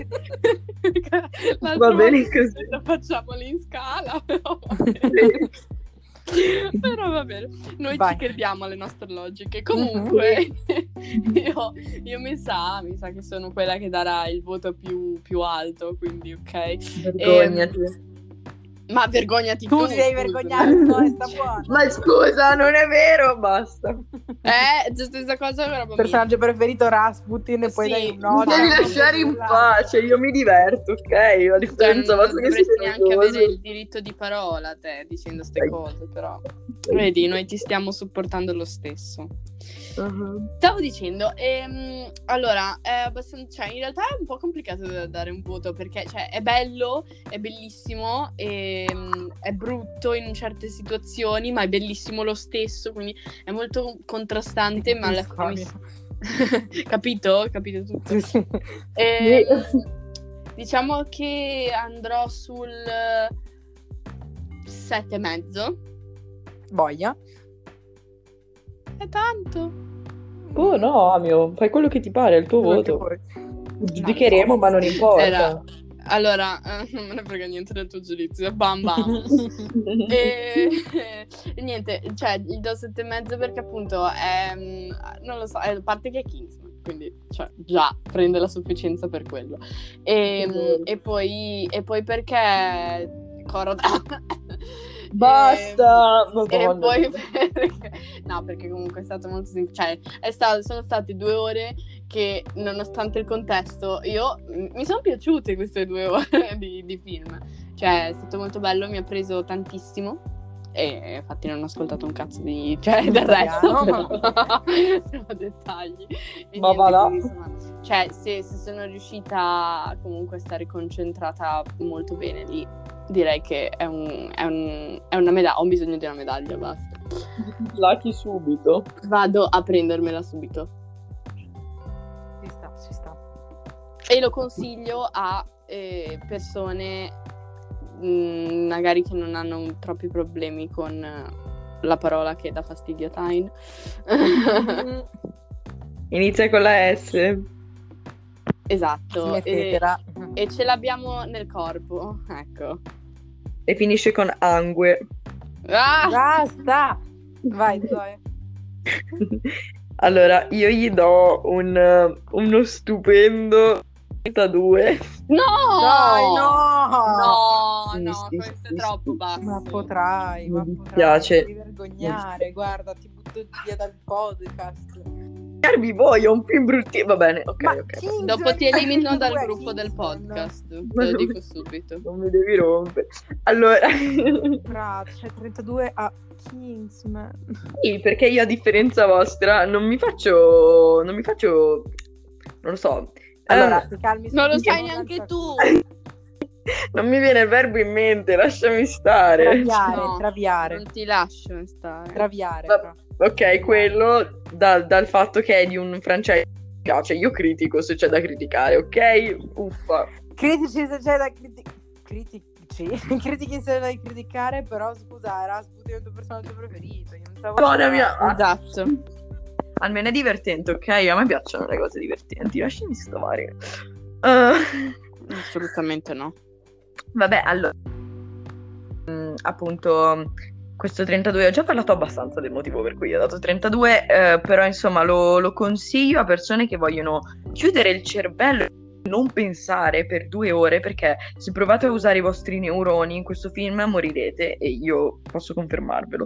L'altra Va bene volta così. facciamoli in scala, però va bene. Sì. Però va bene, noi Vai. ci crediamo alle nostre logiche. Comunque, io, io mi sa, mi sa che sono quella che darà il voto più, più alto, quindi ok. Vergognati. Ma vergognati Tu tu. ti devi scusa. vergognare, Zoe, sta buona. Ma scusa, non è vero, basta. Eh, già stessa cosa è roba mia. Personaggio preferito Rasputin e poi Sì, dai un no. ma- Devi no, lasciare in no. pace, io mi diverto, ok? A Cioè, differenza non vostra che dovresti siete neanche noiosi. avere il diritto di parola te dicendo queste Dai. cose, però vedi, noi ti stiamo supportando lo stesso. Uh-huh. Stavo dicendo, ehm, allora, è abbastanza, cioè, in realtà è un po' complicato da dare un voto perché, cioè, è bello, è bellissimo, ehm, è brutto in certe situazioni, ma è bellissimo lo stesso, quindi è molto contrastante, ma alla fine mi... Capito? Capito tutto? Sì, sì. Ehm, diciamo che andrò sul sette e mezzo. Voglia. È tanto. Oh no, Amio, fai quello che ti pare, è il tuo Quello che voto. vuoi. Giudicheremo, ma non importa. Era- Allora, eh, non me ne frega niente del tuo giudizio. Bam bam. e, e niente, cioè, gli do sette e mezzo perché appunto è, mm, non lo so, è a parte che è Kingsman, quindi cioè, già prende la sufficienza per quello. E, Sì. e poi, e poi perché Conrad Basta! E, Madonna. e poi perché... no, perché comunque è stato molto semplice, cioè è stato, sono state due ore che, nonostante il contesto, io mi sono piaciute queste due ore di, di film, cioè è stato molto bello, mi ha preso tantissimo. E infatti non ho ascoltato un cazzo di, cioè del resto, però sono dettagli. E Ma niente, va là. quindi, insomma, cioè se, se sono riuscita comunque a stare concentrata molto bene lì, direi che è, un, è, un, è una medaglia, ho bisogno di una medaglia, basta. Lucky subito. Vado a prendermela subito. Ci sta, ci sta. E lo consiglio a eh, persone mh, magari che non hanno troppi problemi con eh, la parola che dà fastidio a Tyne. Inizia con la S. Esatto, e, Smettetela. e ce l'abbiamo nel corpo, ecco. E finisce con Angue. Ah! Basta! Vai, Zoe. Allora, io gli do un, uno stupendo trentadue. No! Dai, no! No, Sì, no, sì, questo sì, è troppo sì. basso. Ma potrai, ma Mi potrai. dispiace. Ti vergognare, guarda, ti butto via dal podcast. Servi voi, è un film bruttino. Va bene, ok, Ma ok. Kingsman Dopo ti eliminano dal trentadue, gruppo del Kingsman. podcast, te Ma lo non- dico subito. Non mi devi rompere. Allora, Braccia, trentadue a Kingsman. sì, perché io a differenza vostra non mi faccio, non mi faccio, non lo so. Allora, Eh, ti calmi Non lo subito, sai non neanche lanciare- tu. non mi viene il verbo in mente, lasciami stare. Traviare, No, traviare, Non ti lascio stare. traviare. Va- però. Ok, quello da- dal fatto che è di un francese che mi piace, io critico se c'è da criticare, ok? Uffa. Critici se c'è da criticare. Critici? Critichi se c'è da criticare, però scusa, Rasputin è il tuo personaggio preferito. Io non stavo Madonna mia. Esatto. Almeno è divertente, ok? A me piacciono le cose divertenti, lasciami stare. Uh, Assolutamente no. vabbè, allora, mm, appunto, questo trentadue, ho già parlato abbastanza del motivo per cui ho dato trentadue, eh, però insomma lo, lo consiglio a persone che vogliono chiudere il cervello e non pensare per due ore, perché se provate a usare i vostri neuroni in questo film morirete, e io posso confermarvelo.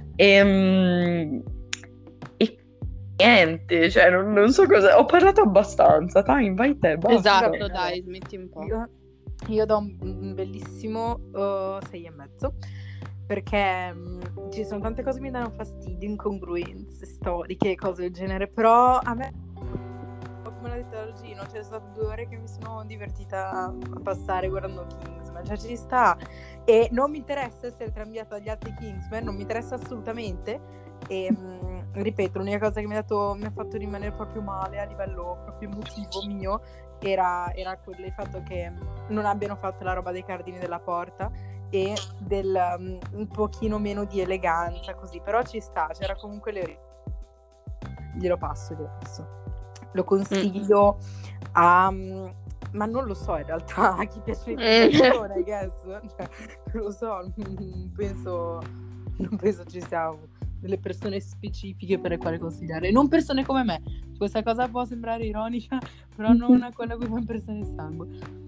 E, e niente, cioè non, non so cosa, ho parlato abbastanza, Time, vai te, basta. Esatto, vabbè. dai, smetti un po'. Io, io do un, un bellissimo uh, sei e mezzo. Perché mh, ci sono tante cose che mi danno fastidio, incongruenze storiche e cose del genere, però a me, come l'ha detto Algino, c'è state due ore che mi sono divertita a passare guardando Kingsman, cioè ci sta, e non mi interessa essere cambiata dagli altri Kingsman, non mi interessa assolutamente, e mh, ripeto, l'unica cosa che mi ha, dato, mi ha fatto rimanere proprio male a livello proprio emotivo mio era, era quello, il fatto che non abbiano fatto la roba dei cardini della porta e del um, un pochino meno di eleganza così, però ci sta, c'era comunque le glielo passo, glielo passo. Lo consiglio a um, ma non lo so in realtà a chi piace l'imitazione, I guess, cioè, non lo so, non penso non penso ci sia delle persone specifiche per le quali consigliare, non persone come me. Questa cosa può sembrare ironica, però non a quella cui fa impressione il sangue.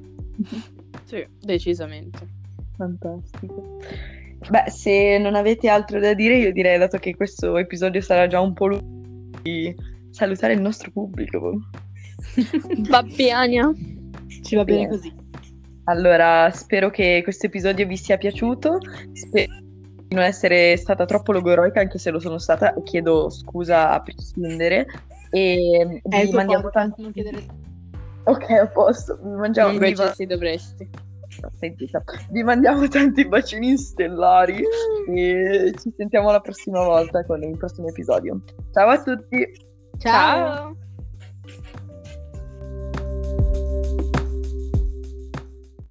Sì, decisamente. Fantastico. Beh, se non avete altro da dire, io direi, dato che questo episodio sarà già un po' lungo, di salutare il nostro pubblico. Fabbiania. Ci va bene Bene. così. Allora, spero che questo episodio vi sia piaciuto. Spero di non essere stata troppo logoroica, anche se lo sono stata. Chiedo scusa a prescindere. E È il vi tuo mandiamo podcast, tanti. non chiedere. Ok, a posto. Vi mangiamo. vi Invece va- sì, dovresti. Stai zitta. Vi mandiamo tanti bacini stellari e ci sentiamo la prossima volta con il prossimo episodio. Ciao a tutti! Ciao. Ciao.